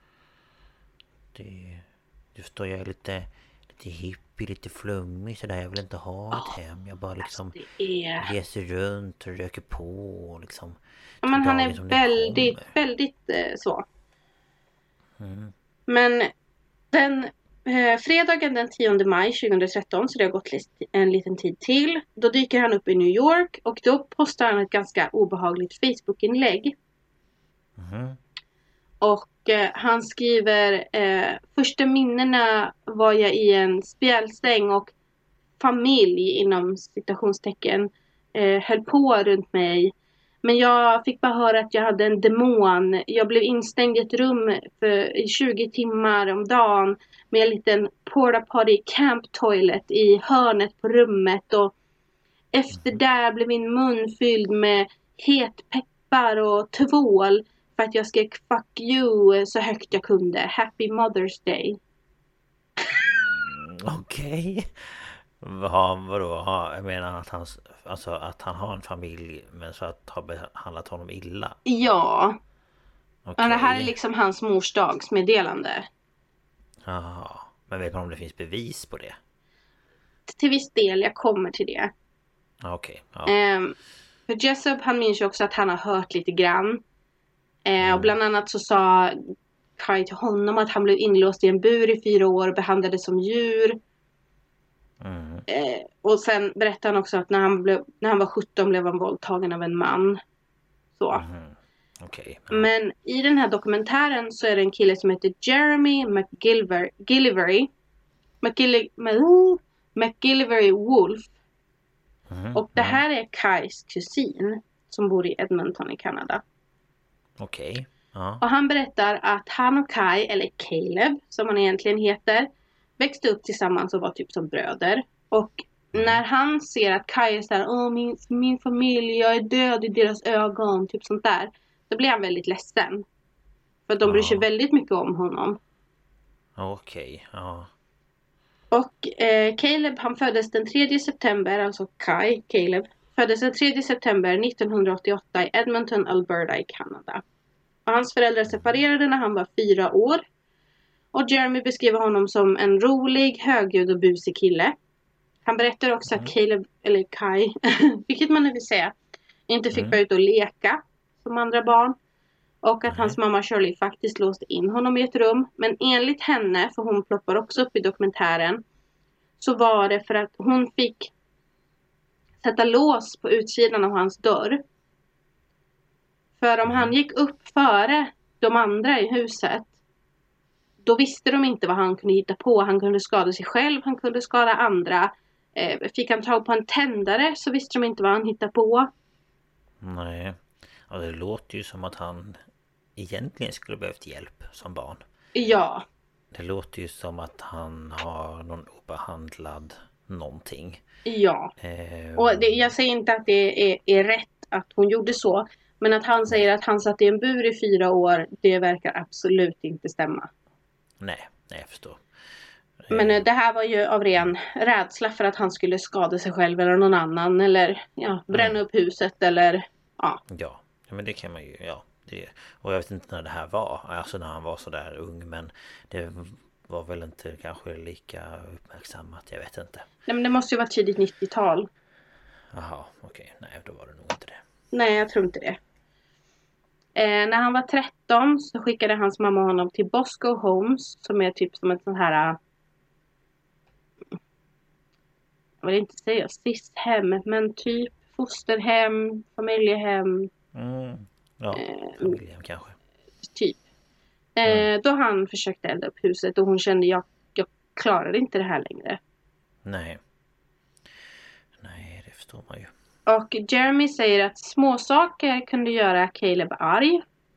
Det, det förstår jag är lite, lite hippie, lite flummig sådär. Jag vill inte ha ett oh, hem. Jag bara liksom är... reser runt och röker på liksom. Ja, men han är väldigt, väldigt eh, så. Mm. Men den eh, fredagen den tionde maj tjugohundratretton, så det har gått en liten tid till. Då dyker han upp i New York och då postar han ett ganska obehagligt Facebook-inlägg. Mm. Och eh, han skriver eh, första minnena var jag i en spjälsäng och familj inom citationstecken eh, höll på runt mig. Men jag fick bara höra att jag hade en demon. Jag blev instängd i ett rum för, i tjugo timmar om dagen med en liten porta potty camp toilet i hörnet på rummet. Och efter det blev min mun fylld med het peppar och tvål för att jag skrek fuck you så högt jag kunde. Happy Mother's Day. Okej. Okay. Vad, vadå? Ha, jag menar att han, alltså att han har en familj men så att har behandlat honom illa. Ja. Okay. Men det här är liksom hans mors dagsmeddelande. Jaha. Men vet man om det finns bevis på det? Till viss del, jag kommer till det. Okej. Okay. Ja. Um, för Jessup, han minns ju också att han har hört lite grann. Uh, mm. Och bland annat så sa Kai till honom att han blev inlåst i en bur i fyra år och behandlades som djur. Mm. Uh, och sen berättade han också att när han, blev, när han var sjutton blev han våldtagen av en man. Så. Mm. Okay. Ja. Men i den här dokumentären så är det en kille som heter Jeremy McGillivray Gillivery, McGilli, McGillivray Wolf. Mm. Och det här är Kais kusin som bor i Edmonton i Kanada. Okej. Okay. Ja. Och han berättar att han och Kai, eller Caleb som han egentligen heter, växte upp tillsammans och var typ som bröder. Och mm. när han ser att Kai är såhär, åh min, min familj, jag är död i deras ögon, typ sånt där. Då blir han väldigt ledsen. För de bryr sig ja. väldigt mycket om honom. Okej, okay, ja. Och eh, Caleb, han föddes den tredje september, alltså Kai, Caleb, föddes den tredje september nittonhundraåttioåtta i Edmonton, Alberta i Kanada. Och hans föräldrar separerade när han var fyra år. Och Jeremy beskriver honom som en rolig, högljudd och busig kille. Han berättar också mm. att Caleb, eller Kai, vilket man nu vill säga, inte fick mm. vara ute och leka som andra barn. Och att mm. hans mamma Shirley faktiskt låste in honom i ett rum. Men enligt henne, för hon ploppar också upp i dokumentären, så var det för att hon fick sätta lås på utsidan av hans dörr. För om han gick upp före de andra i huset, då visste de inte vad han kunde hitta på. Han kunde skada sig själv, han kunde skada andra. Eh, fick han tag på en tändare så visste de inte vad han hittade på. Nej, och det låter ju som att han egentligen skulle behövt hjälp som barn. Ja. Det låter ju som att han har någon obehandlad någonting. Ja. Eh, och det, jag säger inte att det är, är rätt att hon gjorde så. Men att han säger att han satt i en bur i fyra år, det verkar absolut inte stämma. Nej, nej jag förstår. Men eh, det här var ju av ren rädsla för att han skulle skada sig själv eller någon annan. Eller ja, bränna mm. upp huset eller ja. Ja, men det kan man ju, ja. Det, och jag vet inte när det här var, alltså när han var så där ung, men det var väl inte kanske lika uppmärksammat, jag vet inte. Nej, men det måste ju vara tidigt nittiotal. Jaha, okej, nej då var det nog inte det. Nej, jag tror inte det. Eh, när han var tretton så skickade hans mamma honom till Bosco Homes, som är typ som ett sånt här, jag vill inte säga sis-hem, men typ fosterhem, familjehem. Mm. Ja, familjehem kanske. Typ. Eh, mm. Då han försökte elda upp huset och hon kände jag, jag klarade inte det här längre. Nej. Nej, det förstår man ju. Och Jeremy säger att småsaker kunde göra Caleb arg.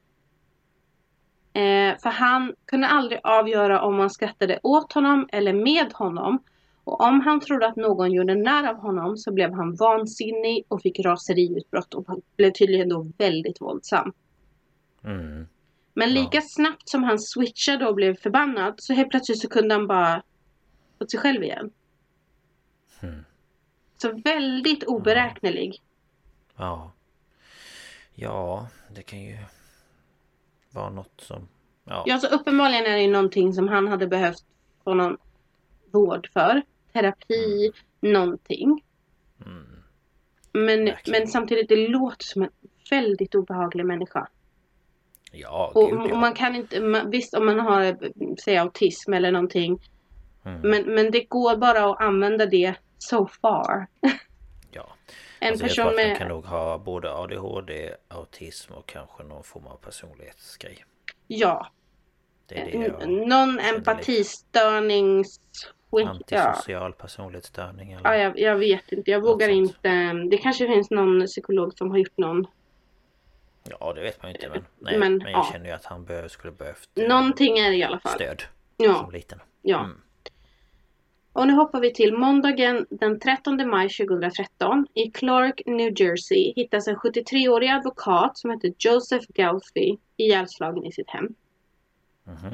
Eh, för han kunde aldrig avgöra om man skrattade åt honom eller med honom. Och om han trodde att någon gjorde när av honom så blev han vansinnig och fick raseriutbrott och blev tydligen då väldigt våldsam. Mm. Men lika ja. snabbt som han switchade och blev förbannad så helt plötsligt så kunde han bara få sig själv igen. Mm. Så väldigt oberäknelig. Ja. Ja, det kan ju vara något som... Ja, ja så uppenbarligen är det ju någonting som han hade behövt få någon vård för. Terapi, mm. någonting. Mm. Men, men samtidigt det låter som en väldigt obehaglig människa. Ja, och, gud, ja. och man kan inte, man, visst om man har säg autism eller någonting. Mm. Men, men det går bara att använda det so far. Ja. En alltså, person jag tror att med... man kan nog ha både A D H D, autism och kanske någon form av personlighetsgrej. Ja. Det är det jag någon empatistörnings... Antisocial ja. personlighetsstörning eller... Ja, jag, jag vet inte. Jag vågar inte... Det kanske finns någon psykolog som har gjort någon... Ja, det vet man ju inte. Men, nej, men, men jag ja. känner ju att han behöver, skulle behövt... Någonting är det i alla fall. Stöd. Ja. Som liten. Ja. Mm. Och nu hoppar vi till måndagen den trettonde maj tjugohundratretton. I Clark, New Jersey hittas en sjuttiotre-årig advokat som heter Joseph Galfy ihjälslagen i sitt hem. Mm-hmm.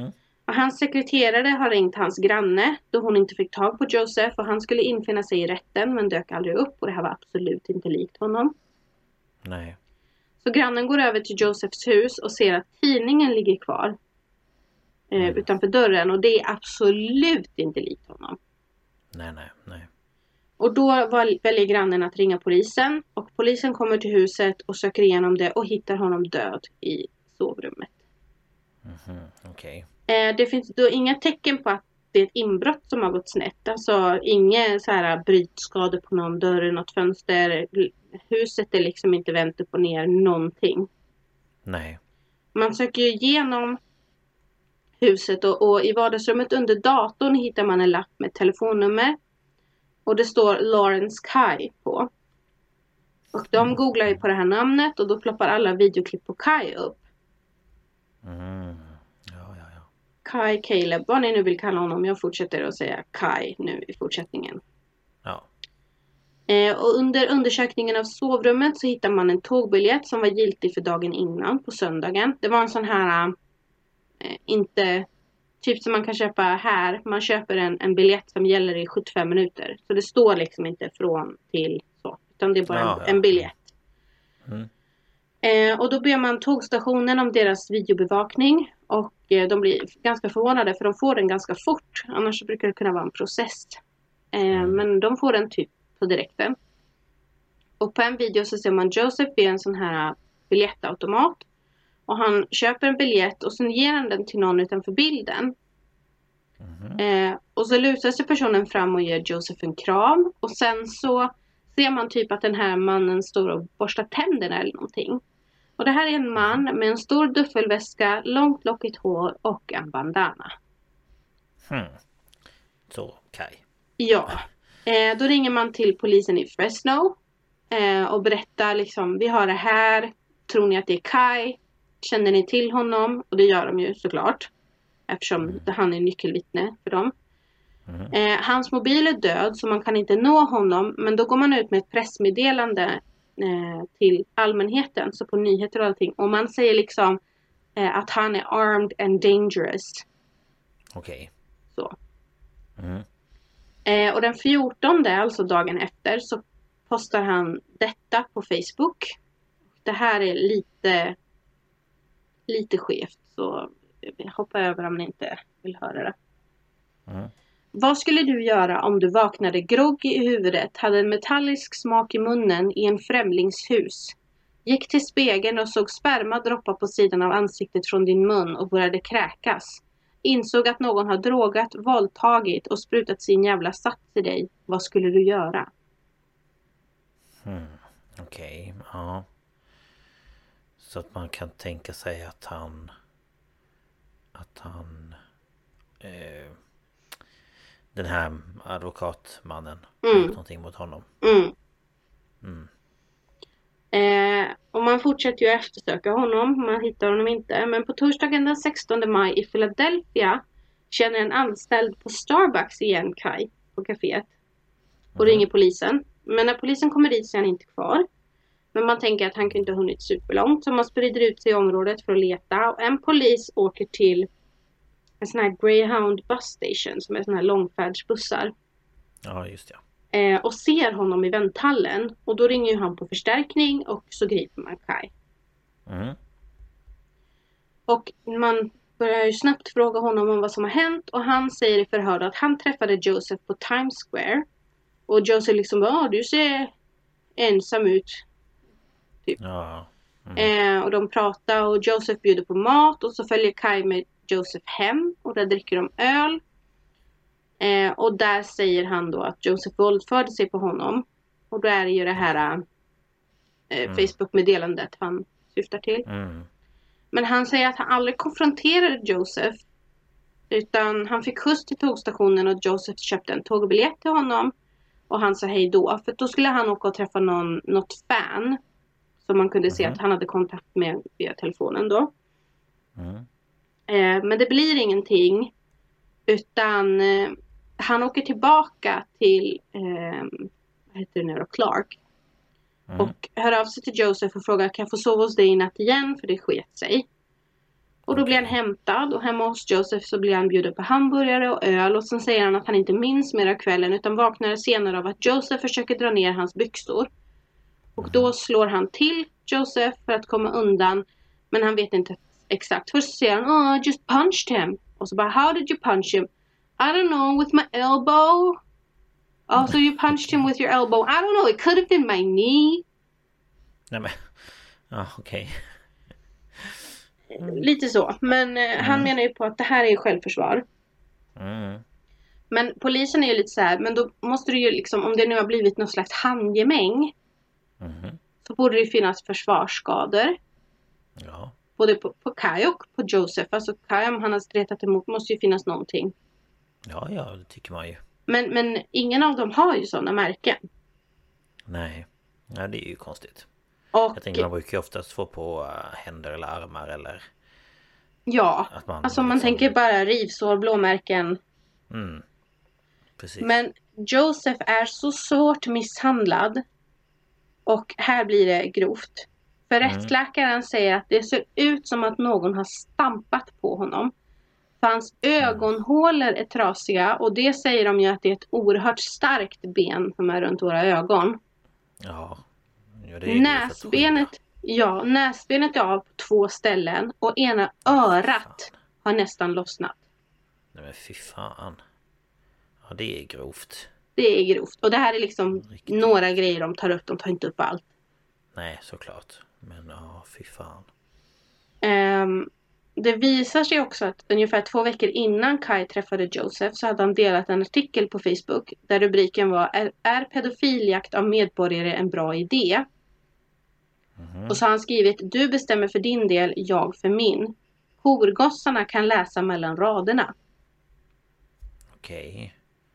Och hans sekreterare har ringt hans granne då hon inte fick tag på Joseph. Och han skulle infinna sig i rätten men dök aldrig upp. Och det här var absolut inte likt honom. Nej. Så grannen går över till Josephs hus och ser att tidningen ligger kvar. Eh, mm. Utanför dörren. Och det är absolut inte likt honom. Nej, nej, nej. Och då var, väljer grannen att ringa polisen. Och polisen kommer till huset och söker igenom det och hittar honom död i sovrummet. Mm-hmm, okej. Okay. Eh, det finns då inga tecken på att det är ett inbrott som har gått snett. Alltså inga så här brytskador på någon dörr, något fönster. Huset är liksom inte vänt upp och ner någonting. Nej. Man söker ju igenom huset och, och i vardagsrummet under datorn hittar man en lapp med telefonnummer. Och det står Lawrence Kai på. Och de googlar ju på det här namnet och då ploppar alla videoklipp på Kai upp. Mm. Ja, ja, ja. Kai Caleb, vad ni nu vill kalla honom. Jag fortsätter att säga Kai nu i fortsättningen. Ja. Eh, och under undersökningen av sovrummet så hittar man en tågbiljett som var giltig för dagen innan på söndagen. Det var en sån här, eh, inte typ som man kan köpa här. Man köper en, en biljett som gäller i sjuttiofem minuter. Så det står liksom inte från till så. Utan det är bara ja, en, ja. en biljett. Mm. Eh, och då ber man tågstationen om deras videobevakning. Och eh, de blir ganska förvånade för de får den ganska fort. Annars brukar det kunna vara en process. Eh, mm. Men de får den typ på direkten. Och på en video så ser man Joseph vid en sån här biljettautomat. Och han köper en biljett och sen ger han den till någon utanför bilden. Mm. Eh, och så lutar sig personen fram och ger Joseph en kram. Och sen så ser man typ att den här mannen står och borstar tänderna eller någonting. Och det här är en man med en stor duffelväska, långt lockigt hår och en bandana. Hmm. Så, Kai. Ja. Eh, då ringer man till polisen i Fresno. Eh, och berättar liksom, vi har det här. Tror ni att det är Kai? Känner ni till honom? Och det gör de ju såklart. Eftersom mm. han är nyckelvittne för dem. Mm. Eh, hans mobil är död så man kan inte nå honom. Men då går man ut med ett pressmeddelande eh, till allmänheten. Så på nyheter och allting. Och man säger liksom eh, att han är armed and dangerous. Okej. Okay. Så. Mm. Eh, och den fjortonde, alltså dagen efter, så postar han detta på Facebook. Det här är lite lite skevt, så jag hoppar över om ni inte vill höra det. Mm. Vad skulle du göra om du vaknade grogg i huvudet, hade en metallisk smak i munnen i en främlingshus, gick till spegeln och såg sperma droppa på sidan av ansiktet från din mun och började kräkas? Insåg att någon har drogat, våldtagit och sprutat sin jävla sats i dig. Vad skulle du göra? Hmm. Okej, okay. Ja. Så att man kan tänka sig att han... Att han... Eh, den här advokatmannen mm. gjort någonting mot honom. Mm. Mm. Eh, och man fortsätter ju eftersöka honom. Man hittar honom inte. Men på torsdagen den sextonde maj i Philadelphia känner en anställd på Starbucks igen Kai på kaféet. Och mm. ringer polisen. Men när polisen kommer dit så är han inte kvar. Men man tänker att han kan inte ha hunnit superlångt. Så man sprider ut sig i området för att leta. Och en polis åker till en sån här Greyhound bus station. Som är sån här långfärdsbussar. Ja, just det. Eh, och ser honom i vänthallen. Och då ringer ju han på förstärkning. Och så griper man Kai. Mm. Och man börjar ju snabbt fråga honom om vad som har hänt. Och han säger i förhör att han träffade Joseph på Times Square. Och Joseph liksom bara, ah, du ser ensam ut. Typ. Ja. Mm. Eh, och de pratar och Joseph bjuder på mat. Och så följer Kai med Joseph hem. Och där dricker de öl. Eh, och där säger han då att Joseph våldförde sig på honom. Och då är det ju det här eh, mm. Facebook-meddelandet han syftar till. Mm. Men han säger att han aldrig konfronterade Joseph. Utan han fick skjuts till tågstationen och Joseph köpte en tågbiljett till honom. Och han sa hej då. För då skulle han åka och träffa någon, något fan. Som man kunde mm. se att han hade kontakt med via telefonen då. Mm. Eh, men det blir ingenting. Utan eh, han åker tillbaka till eh, vad heter det nu då? Clark. Mm. Och hör av sig till Joseph och frågar, kan jag få sova hos dig i natt igen? För det sket sig. Och då blir han hämtad och hemma hos Joseph så blir han bjuden på hamburgare och öl. Och sen säger han att han inte minns mera kvällen utan vaknar senare av att Joseph försöker dra ner hans byxor. Och då slår han till Joseph för att komma undan. Men han vet inte exakt. Först säger han, oh, I just punched him. Och så bara, how did you punch him? I don't know, with my elbow. Oh, so you punched him with your elbow. I don't know, it could have been my knee. Nej men, ja okej. Okay. Lite så. Men eh, han mm. menar ju på att det här är självförsvar. Mm. Men polisen är ju lite så här, men då måste det ju liksom, om det nu har blivit någon slags handgemäng. Mm. Så borde det finnas försvarsskador. Ja. Både på, på Kai och på Joseph. Alltså Kai, om han har stretat emot, måste ju finnas någonting. Ja, ja, det tycker man ju. Men, men ingen av dem har ju sådana märken. Nej, ja, det är ju konstigt. Och, jag tänker man brukar ju oftast få på uh, händer eller armar eller... Ja, att man, alltså man liksom... tänker bara rivsår, blåmärken. Mm, precis. Men Joseph är så svårt misshandlad. Och här blir det grovt. För mm. rättsläkaren säger att det ser ut som att någon har stampat på honom. För hans ögonhålor är trasiga. Och det säger de ju att det är ett oerhört starkt ben som är runt våra ögon. Ja. ja det är näsbenet, ja, näsbenet är av på två ställen. Och ena örat fan. har nästan lossnat. Nej men fy fan. Ja det är grovt. Det är grovt. Och det här är liksom Riktigt. några grejer de tar upp. De tar inte upp allt. Nej, såklart. Men ja, fy fan. Um, det visar sig också att ungefär två veckor innan Kai träffade Joseph så hade han delat en artikel på Facebook där rubriken var Är, är pedofiljakt av medborgare en bra idé? Mm-hmm. Och så har han skrivit Du bestämmer för din del, jag för min. Horgossarna kan läsa mellan raderna. Okej.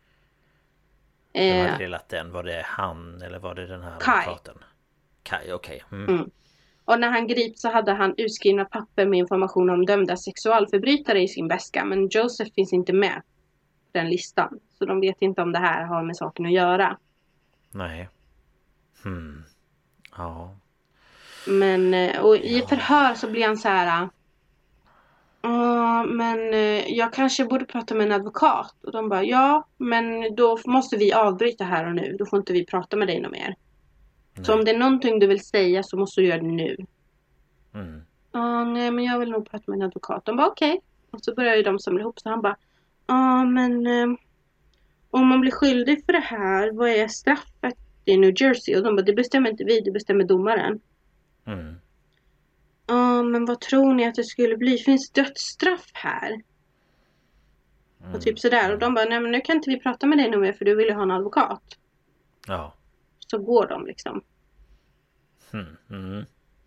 Okay. Vem hade delat den? Var det han eller var det den här Kai. advokaten? Kai, okej. Okay. Mm. Mm. Och när han grips så hade han utskrivna papper med information om dömda sexualförbrytare i sin väska. Men Joseph finns inte med på den listan. Så de vet inte om det här har med saken att göra. Nej. Hmm. Ja. Men och i ja. förhör så blir han så här... Uh, men uh, jag kanske borde prata med en advokat. Och de bara, ja, men då måste vi avbryta här och nu. Då får inte vi prata med dig något mer. Nej. Så om det är någonting du vill säga så måste du göra det nu. Mm. Uh, nej, men jag vill nog prata med en advokat. De bara, okej. Okay. Och så börjar ju de samla ihop. Så han bara, ja, uh, men uh, om man blir skyldig för det här, vad är straffet i New Jersey? Och de bara, det bestämmer inte vi, det bestämmer domaren. Mm. Ja, uh, men vad tror ni att det skulle bli? Finns dödsstraff här? Mm. Och typ sådär. Och de bara, nej men nu kan inte vi prata med dig nog mer för du vill ju ha en advokat. Ja. Så går de liksom. Mm. Mm.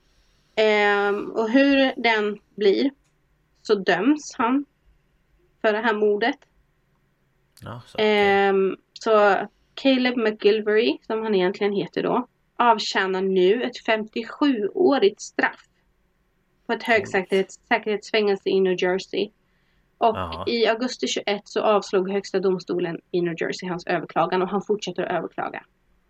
Um, och hur den blir så döms han för det här mordet. Ja, så, okay. um, så Caleb McGilvery, som han egentligen heter då, avtjänar nu ett femtiosjuårigt straff på ett högsäkerhetsfängelse i New Jersey. Och Aha. i augusti tjugoett så avslog högsta domstolen i New Jersey hans överklagan och han fortsätter att överklaga.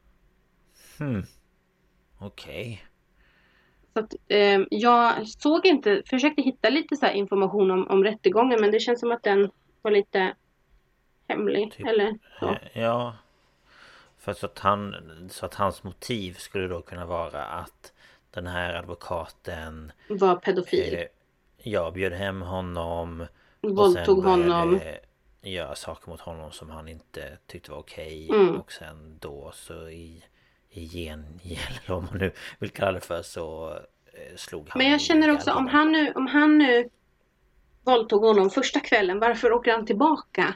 Hmm. Okej. Okay. Så att, eh, jag såg inte, försökte hitta lite så här information om, om rättegången, men det känns som att den var lite hemlig. Typ, eller så. Ja. För så att, han, så att hans motiv skulle då kunna vara att den här advokaten var pedofil. Eh, ja, bjöd hem honom. Våldtog och sen honom. Göra saker mot honom som han inte tyckte var okej. Mm. Och sen då så i, i gengäld, om man nu vill kalla det för, så eh, slog han. Men jag känner också, om han nu, om han nu våldtog honom första kvällen, varför åker han tillbaka?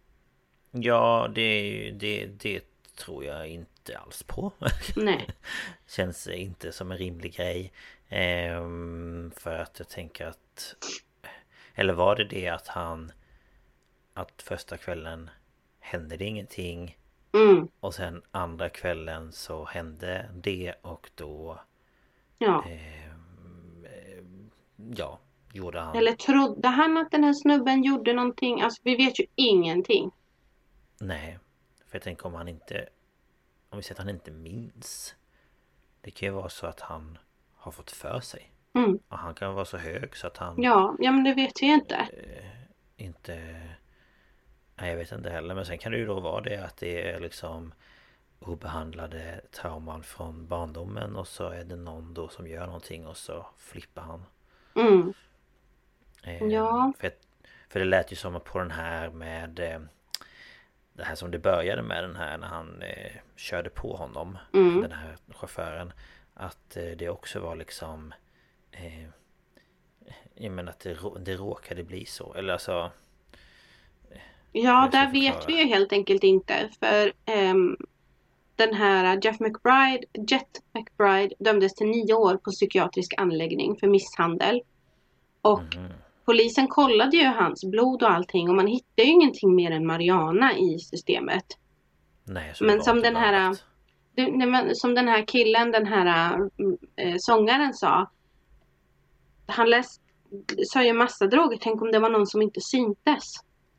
Ja, det, det, det tror jag inte alls på. Nej. Känns inte som en rimlig grej. Ehm, för att jag tänker att... Eller var det det att han... Att första kvällen hände det ingenting. Mm. Och sen andra kvällen så hände det och då... Ja. Ehm, ja, gjorde han... Eller trodde han att den här snubben gjorde någonting? Alltså vi vet ju ingenting. Nej, för jag tänker om han inte... Om vi säger att han inte minns. Det kan ju vara så att han har fått för sig. Mm. Och han kan vara så hög så att han... Ja, ja men det vet vi inte. Eh, inte... Nej, jag vet inte heller. Men sen kan det ju då vara det att det är liksom obehandlade trauman från barndomen. Och så är det någon då som gör någonting och så flippar han. Mm. Eh, ja. För, för det lät ju som att på den här med... Eh, det här som det började med den här när han eh, körde på honom. Mm. Den här chauffören. Att eh, det också var liksom... Eh, jag menar att det, det råkade bli så. Eller alltså... Ja, där vet vi ju helt enkelt inte. För um, den här Jeff McBride, Jet McBride dömdes till nio år på psykiatrisk anläggning för misshandel. Och mm. polisen kollade ju hans blod och allting. Och man hittade ju ingenting mer än marijuana i systemet. Nej, så men som den här... Det, som den här killen, den här äh, sångaren sa. Han läs, sa ju massa droger. Tänk om det var någon som inte syntes.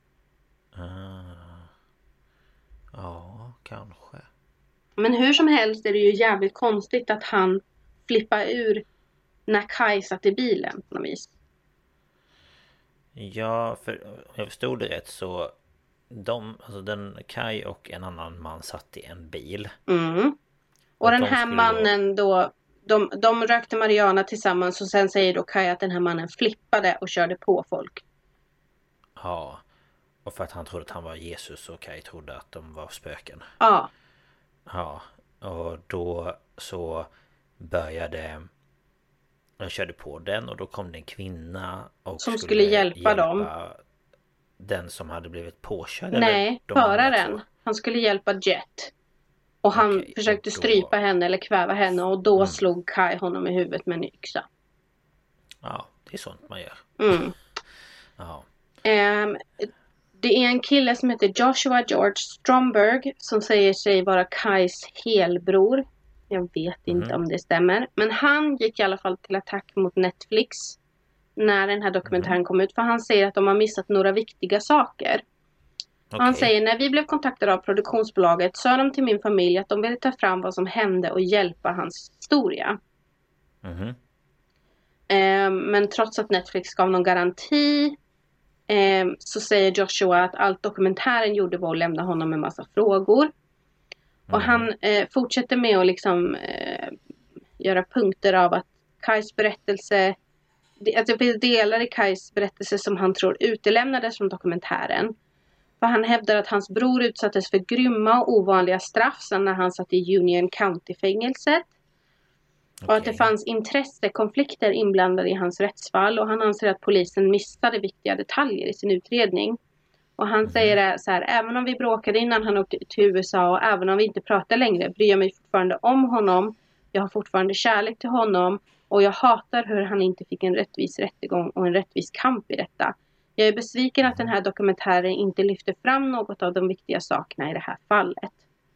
Uh, ja, kanske. Men hur som helst är det ju jävligt konstigt att han flippar ur när Kai satt i bilen på något vis. Ja, för om jag förstod det rätt så de, alltså den Kai och en annan man satt i en bil. Mm. Och, och den här mannen då, då de, de rökte marijuana tillsammans och sen säger då Kai att den här mannen flippade och körde på folk. Ja. Och för att han trodde att han var Jesus och Kai trodde att de var spöken. Ja. Ja. Och då så började... Jag körde på den och då kom det en kvinna och som skulle, skulle hjälpa, hjälpa dem. Den som hade blivit påkörd. Nej, föraren. Han skulle hjälpa Jet. Och han okay, försökte och då... strypa henne eller kväva henne. Och då mm. slog Kai honom i huvudet med en yxa. Ja, det är sånt man gör. Mm. Ja. Um, det är en kille som heter Joshua George Stromberg som säger sig vara Kais helbror. Jag vet inte mm. om det stämmer. Men han gick i alla fall till attack mot Netflix när den här dokumentären mm. kom ut. För han säger att de har missat några viktiga saker. Okay. Han säger, när vi blev kontaktade av produktionsbolaget sa de till min familj att de ville ta fram vad som hände och hjälpa hans historia. Mm. Eh, men trots att Netflix gav någon garanti eh, så säger Joshua att allt dokumentären gjorde var att lämna honom en massa frågor. Mm. Och han eh, fortsätter med att liksom eh, göra punkter av att Kais berättelse, att det finns delar i Kais berättelse som han tror utelämnades från dokumentären. För han hävdar att hans bror utsattes för grymma och ovanliga straff sedan när han satt i Union County-fängelset. Okay. Och att det fanns intressekonflikter inblandade i hans rättsfall. Och han anser att polisen missade viktiga detaljer i sin utredning. Och han mm. säger så här, även om vi bråkade innan han åkte till U S A och även om vi inte pratar längre bryr jag mig fortfarande om honom. Jag har fortfarande kärlek till honom. Och jag hatar hur han inte fick en rättvis rättegång och en rättvis kamp i detta. Jag är besviken att den här dokumentären inte lyfter fram något av de viktiga sakerna i det här fallet.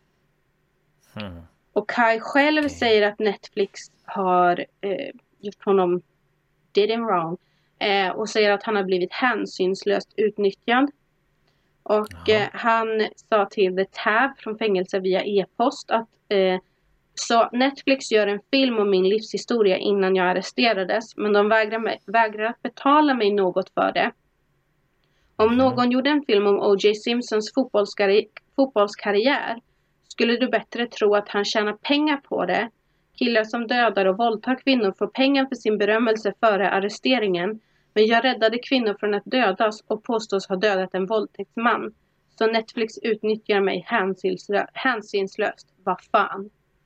Mm. Och Kai själv okay. säger att Netflix har eh, gjort honom did him wrong. Eh, och säger att han har blivit hänsynslöst utnyttjad. Och eh, han sa till The Tab från fängelse via e-post att eh, så Netflix gör en film om min livshistoria innan jag arresterades. Men de vägrar, mig, vägrar att betala mig något för det. Om någon gjorde en film om O J Simpsons fotbollskarri- fotbollskarriär skulle du bättre tro att han tjänar pengar på det. Killar som dödar och våldtar kvinnor får pengar för sin berömmelse före arresteringen. Men jag räddade kvinnor från att dödas och påstås ha dödat en våldtäktsman. Så Netflix utnyttjar mig hänsynslö- hänsynslöst. Vad fan?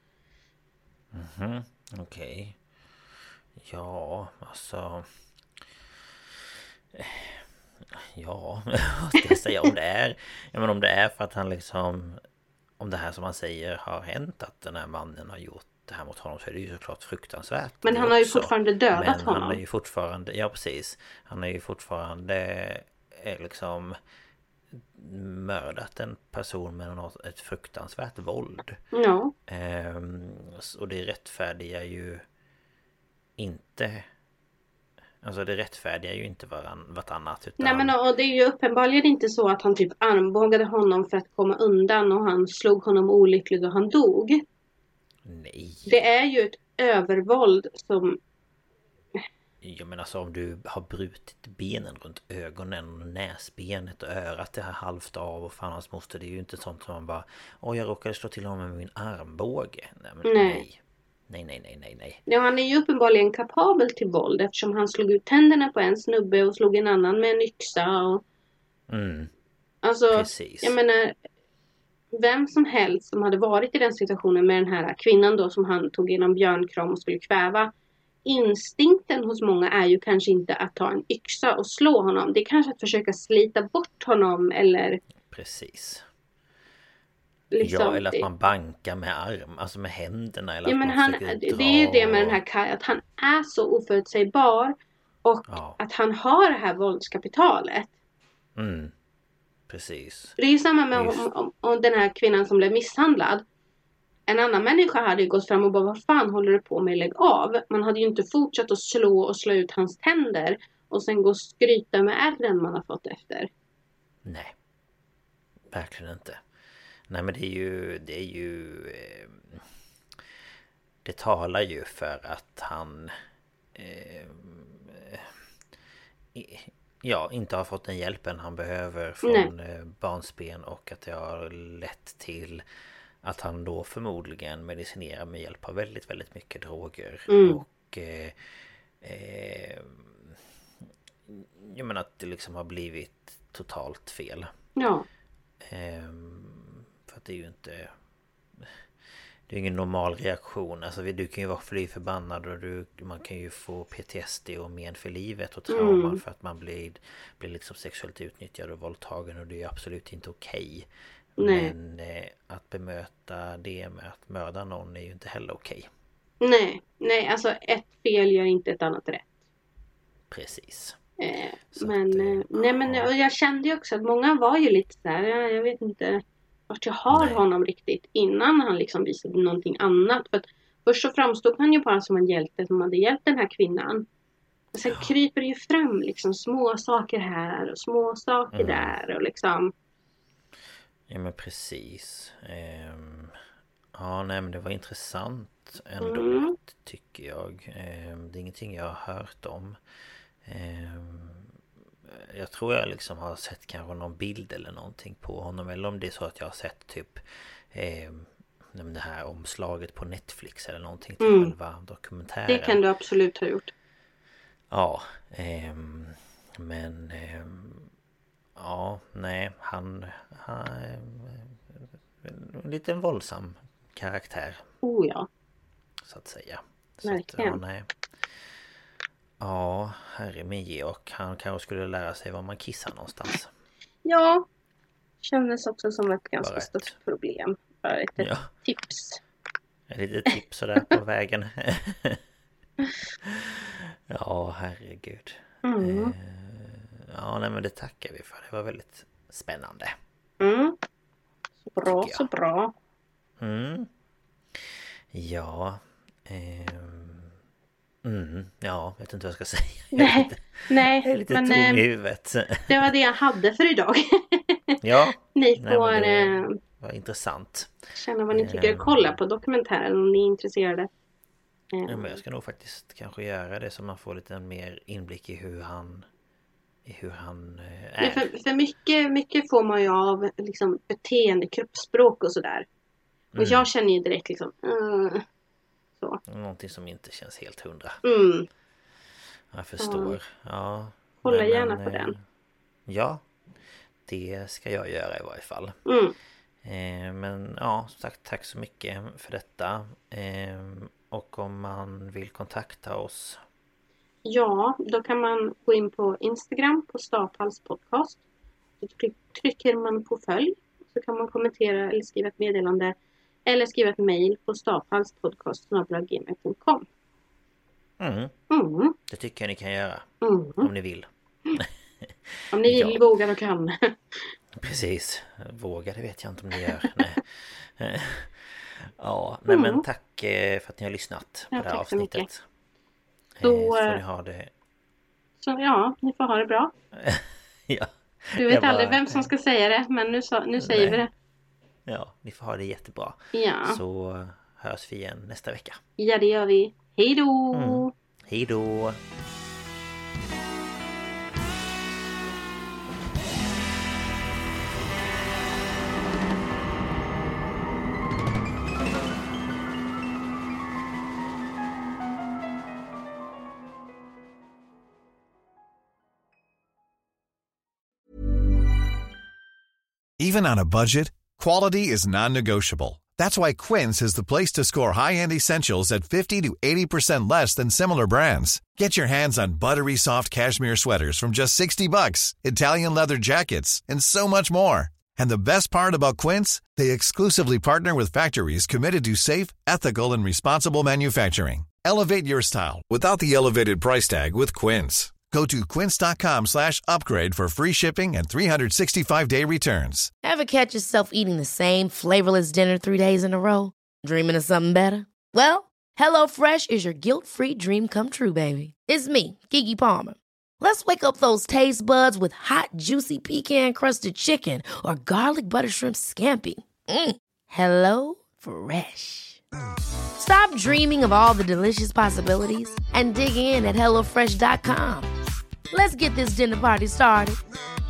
Mhm, okej. Okay. Ja, alltså... Ja, vad ska jag säga om det är? Ja, men om det är för att han liksom... Om det här som han säger har hänt, att den här mannen har gjort det här mot honom, så är det ju såklart fruktansvärt. Men han har ju också fortfarande dödat men honom. han är ju fortfarande... Ja, precis. Han är ju fortfarande är liksom mördat en person med något, ett fruktansvärt våld. Ja. Ehm, och det rättfärdigar ju inte... Alltså det rättfärdigar ju inte varann, vartannat. Utan... Nej, men och det är ju uppenbarligen inte så att han typ armbågade honom för att komma undan och han slog honom olyckligt och han dog. Nej. Det är ju ett övervåld som... jag menar så om du har brutit benen runt ögonen och näsbenet och örat det här halvt av och fan hans moster, det är ju inte sånt som man bara åh jag råkade slå till honom med min armbåge. Nej, men nej. nej. Nej, nej, nej, nej, nej. Ja, han är ju uppenbarligen kapabel till våld eftersom han slog ut tänderna på en snubbe och slog en annan med en yxa. Och... Mm. Alltså, precis. Jag menar, vem som helst som hade varit i den situationen med den här kvinnan då som han tog genom björnkram och skulle kväva. Instinkten hos många är ju kanske inte att ta en yxa och slå honom. Det är kanske att försöka slita bort honom eller... Precis. Liksom, ja, eller att man bankar med arm, alltså med händerna. Eller ja, att men man han, det det är ju det med den här Kaj, att han är så oförutsägbar och ja. att han har det här våldskapitalet. Mm. Precis. Det är ju samma med om, om, om den här kvinnan som blev misshandlad. En annan människa hade ju gått fram och bara, vad fan håller du på med, lägg av. Man hade ju inte fortsatt att slå och slå ut hans tänder och sen gå och skryta med ärren man har fått efter. Nej, verkligen inte. Nej, men det är ju, det är ju eh, det talar ju för att han eh, ja, inte har fått den hjälpen han behöver från Nej. barnsben och att det har lett till att han då förmodligen medicinerar med hjälp av väldigt, väldigt mycket droger. Mm. Och eh, eh, jag menar att det liksom har blivit totalt fel. Ja. Eh, för att det är ju inte... Det är ingen normal reaktion. Alltså du kan ju vara fly förbannad och du, man kan ju få P T S D och men för livet och trauma mm. för att man blir, blir liksom sexuellt utnyttjad och våldtagen och det är absolut inte okej. Okay. Men eh, att bemöta det med att mörda någon är ju inte heller okej. Okay. Nej, nej, alltså ett fel gör inte ett annat rätt. Precis. Eh, men, att, eh, nej men ja. Jag kände ju också att många var ju lite så här, jag, jag vet inte... vart jag har Nej. honom riktigt innan han liksom visade någonting annat. För att först så framstod han ju bara som en hjälte som hade hjälpt den här kvinnan. Och sen ja. kryper det ju fram liksom små saker här och små saker mm. där och liksom. Ja men precis. Ehm, ja nej men det var intressant ändå mm. tycker jag. Ehm, det är ingenting jag har hört om. Ehm, Jag tror jag liksom har sett kanske någon bild eller någonting på honom. Eller om det är så att jag har sett typ eh, det här omslaget på Netflix eller någonting till mm. själva dokumentären. Det kan du absolut ha gjort. Ja, eh, men eh, ja, nej, han, han en liten våldsam karaktär. Oh ja. Så att säga. Verkligen. Så att, ja, nej. Ja, herre mig, och han kanske skulle lära sig var man kissar någonstans. Ja, kändes också som ett ganska Bara stort ett... problem. Bara ett ja. tips. Ett litet tips sådär på vägen. Ja, herregud. Mm. Ja, nej men det tackar vi för. Det var väldigt spännande. Mm. Så bra, så bra. Mm. Ja, ehm... Mm, ja, jag vet inte vad jag ska säga. Nej, lite, nej. Jag är lite men, tom i huvudet. Det var det jag hade för idag. Ja. Ni får nej, det var intressant. Känna vad ni tycker. Kolla på dokumentären om ni är intresserade. Ja, men jag ska nog faktiskt kanske göra det så man får lite mer inblick i hur han i hur han är. Ja, för, för mycket, mycket får man ju av liksom, beteende, kroppsspråk och sådär. Och mm. jag känner ju direkt liksom... Uh, Så. Någonting som inte känns helt hundra. Mm. Jag förstår. Ja. Hålla men, gärna men, på den. Ja. Det ska jag göra i varje fall. Mm. Eh, men ja, som sagt, tack så mycket för detta. Eh, och om man vill kontakta oss. Ja, då kan man gå in på Instagram på Staphals podcast. Då trycker man på följ. Så kan man kommentera eller skriva ett meddelande. Eller skriva ett mejl på staphalspodcast snabel-a gmail punkt com. Mm. Mm. Det tycker jag ni kan göra. Mm. Om ni vill. Om ni vill, ja. vågar och kan. Precis. Vågar, det vet jag inte om ni gör. Nej. Ja, nej, mm. men tack för att ni har lyssnat på ja, det här avsnittet. Så, så får ni ha det... Så ja, ni får ha det bra. Ja. Du vet bara... aldrig vem som ska säga det, men nu, så, nu säger nej. vi det. Ja, ni får ha det jättebra. Ja. Så hörs vi igen nästa vecka. Ja, det gör vi. Hej då! Mm. Hej då! Even on a budget, quality is non-negotiable. That's why Quince is the place to score high-end essentials at fifty to eighty percent less than similar brands. Get your hands on buttery soft cashmere sweaters from just sixty bucks, Italian leather jackets, and so much more. And the best part about Quince, they exclusively partner with factories committed to safe, ethical, and responsible manufacturing. Elevate your style without the elevated price tag with Quince. Go to quince.com slash upgrade for free shipping and three sixty-five day returns. Ever catch yourself eating the same flavorless dinner three days in a row? Dreaming of something better? Well, HelloFresh is your guilt-free dream come true, baby. It's me, Keke Palmer. Let's wake up those taste buds with hot, juicy pecan-crusted chicken or garlic butter shrimp scampi. Mm. Hello Fresh. Stop dreaming of all the delicious possibilities and dig in at hello fresh dot com. Let's get this dinner party started.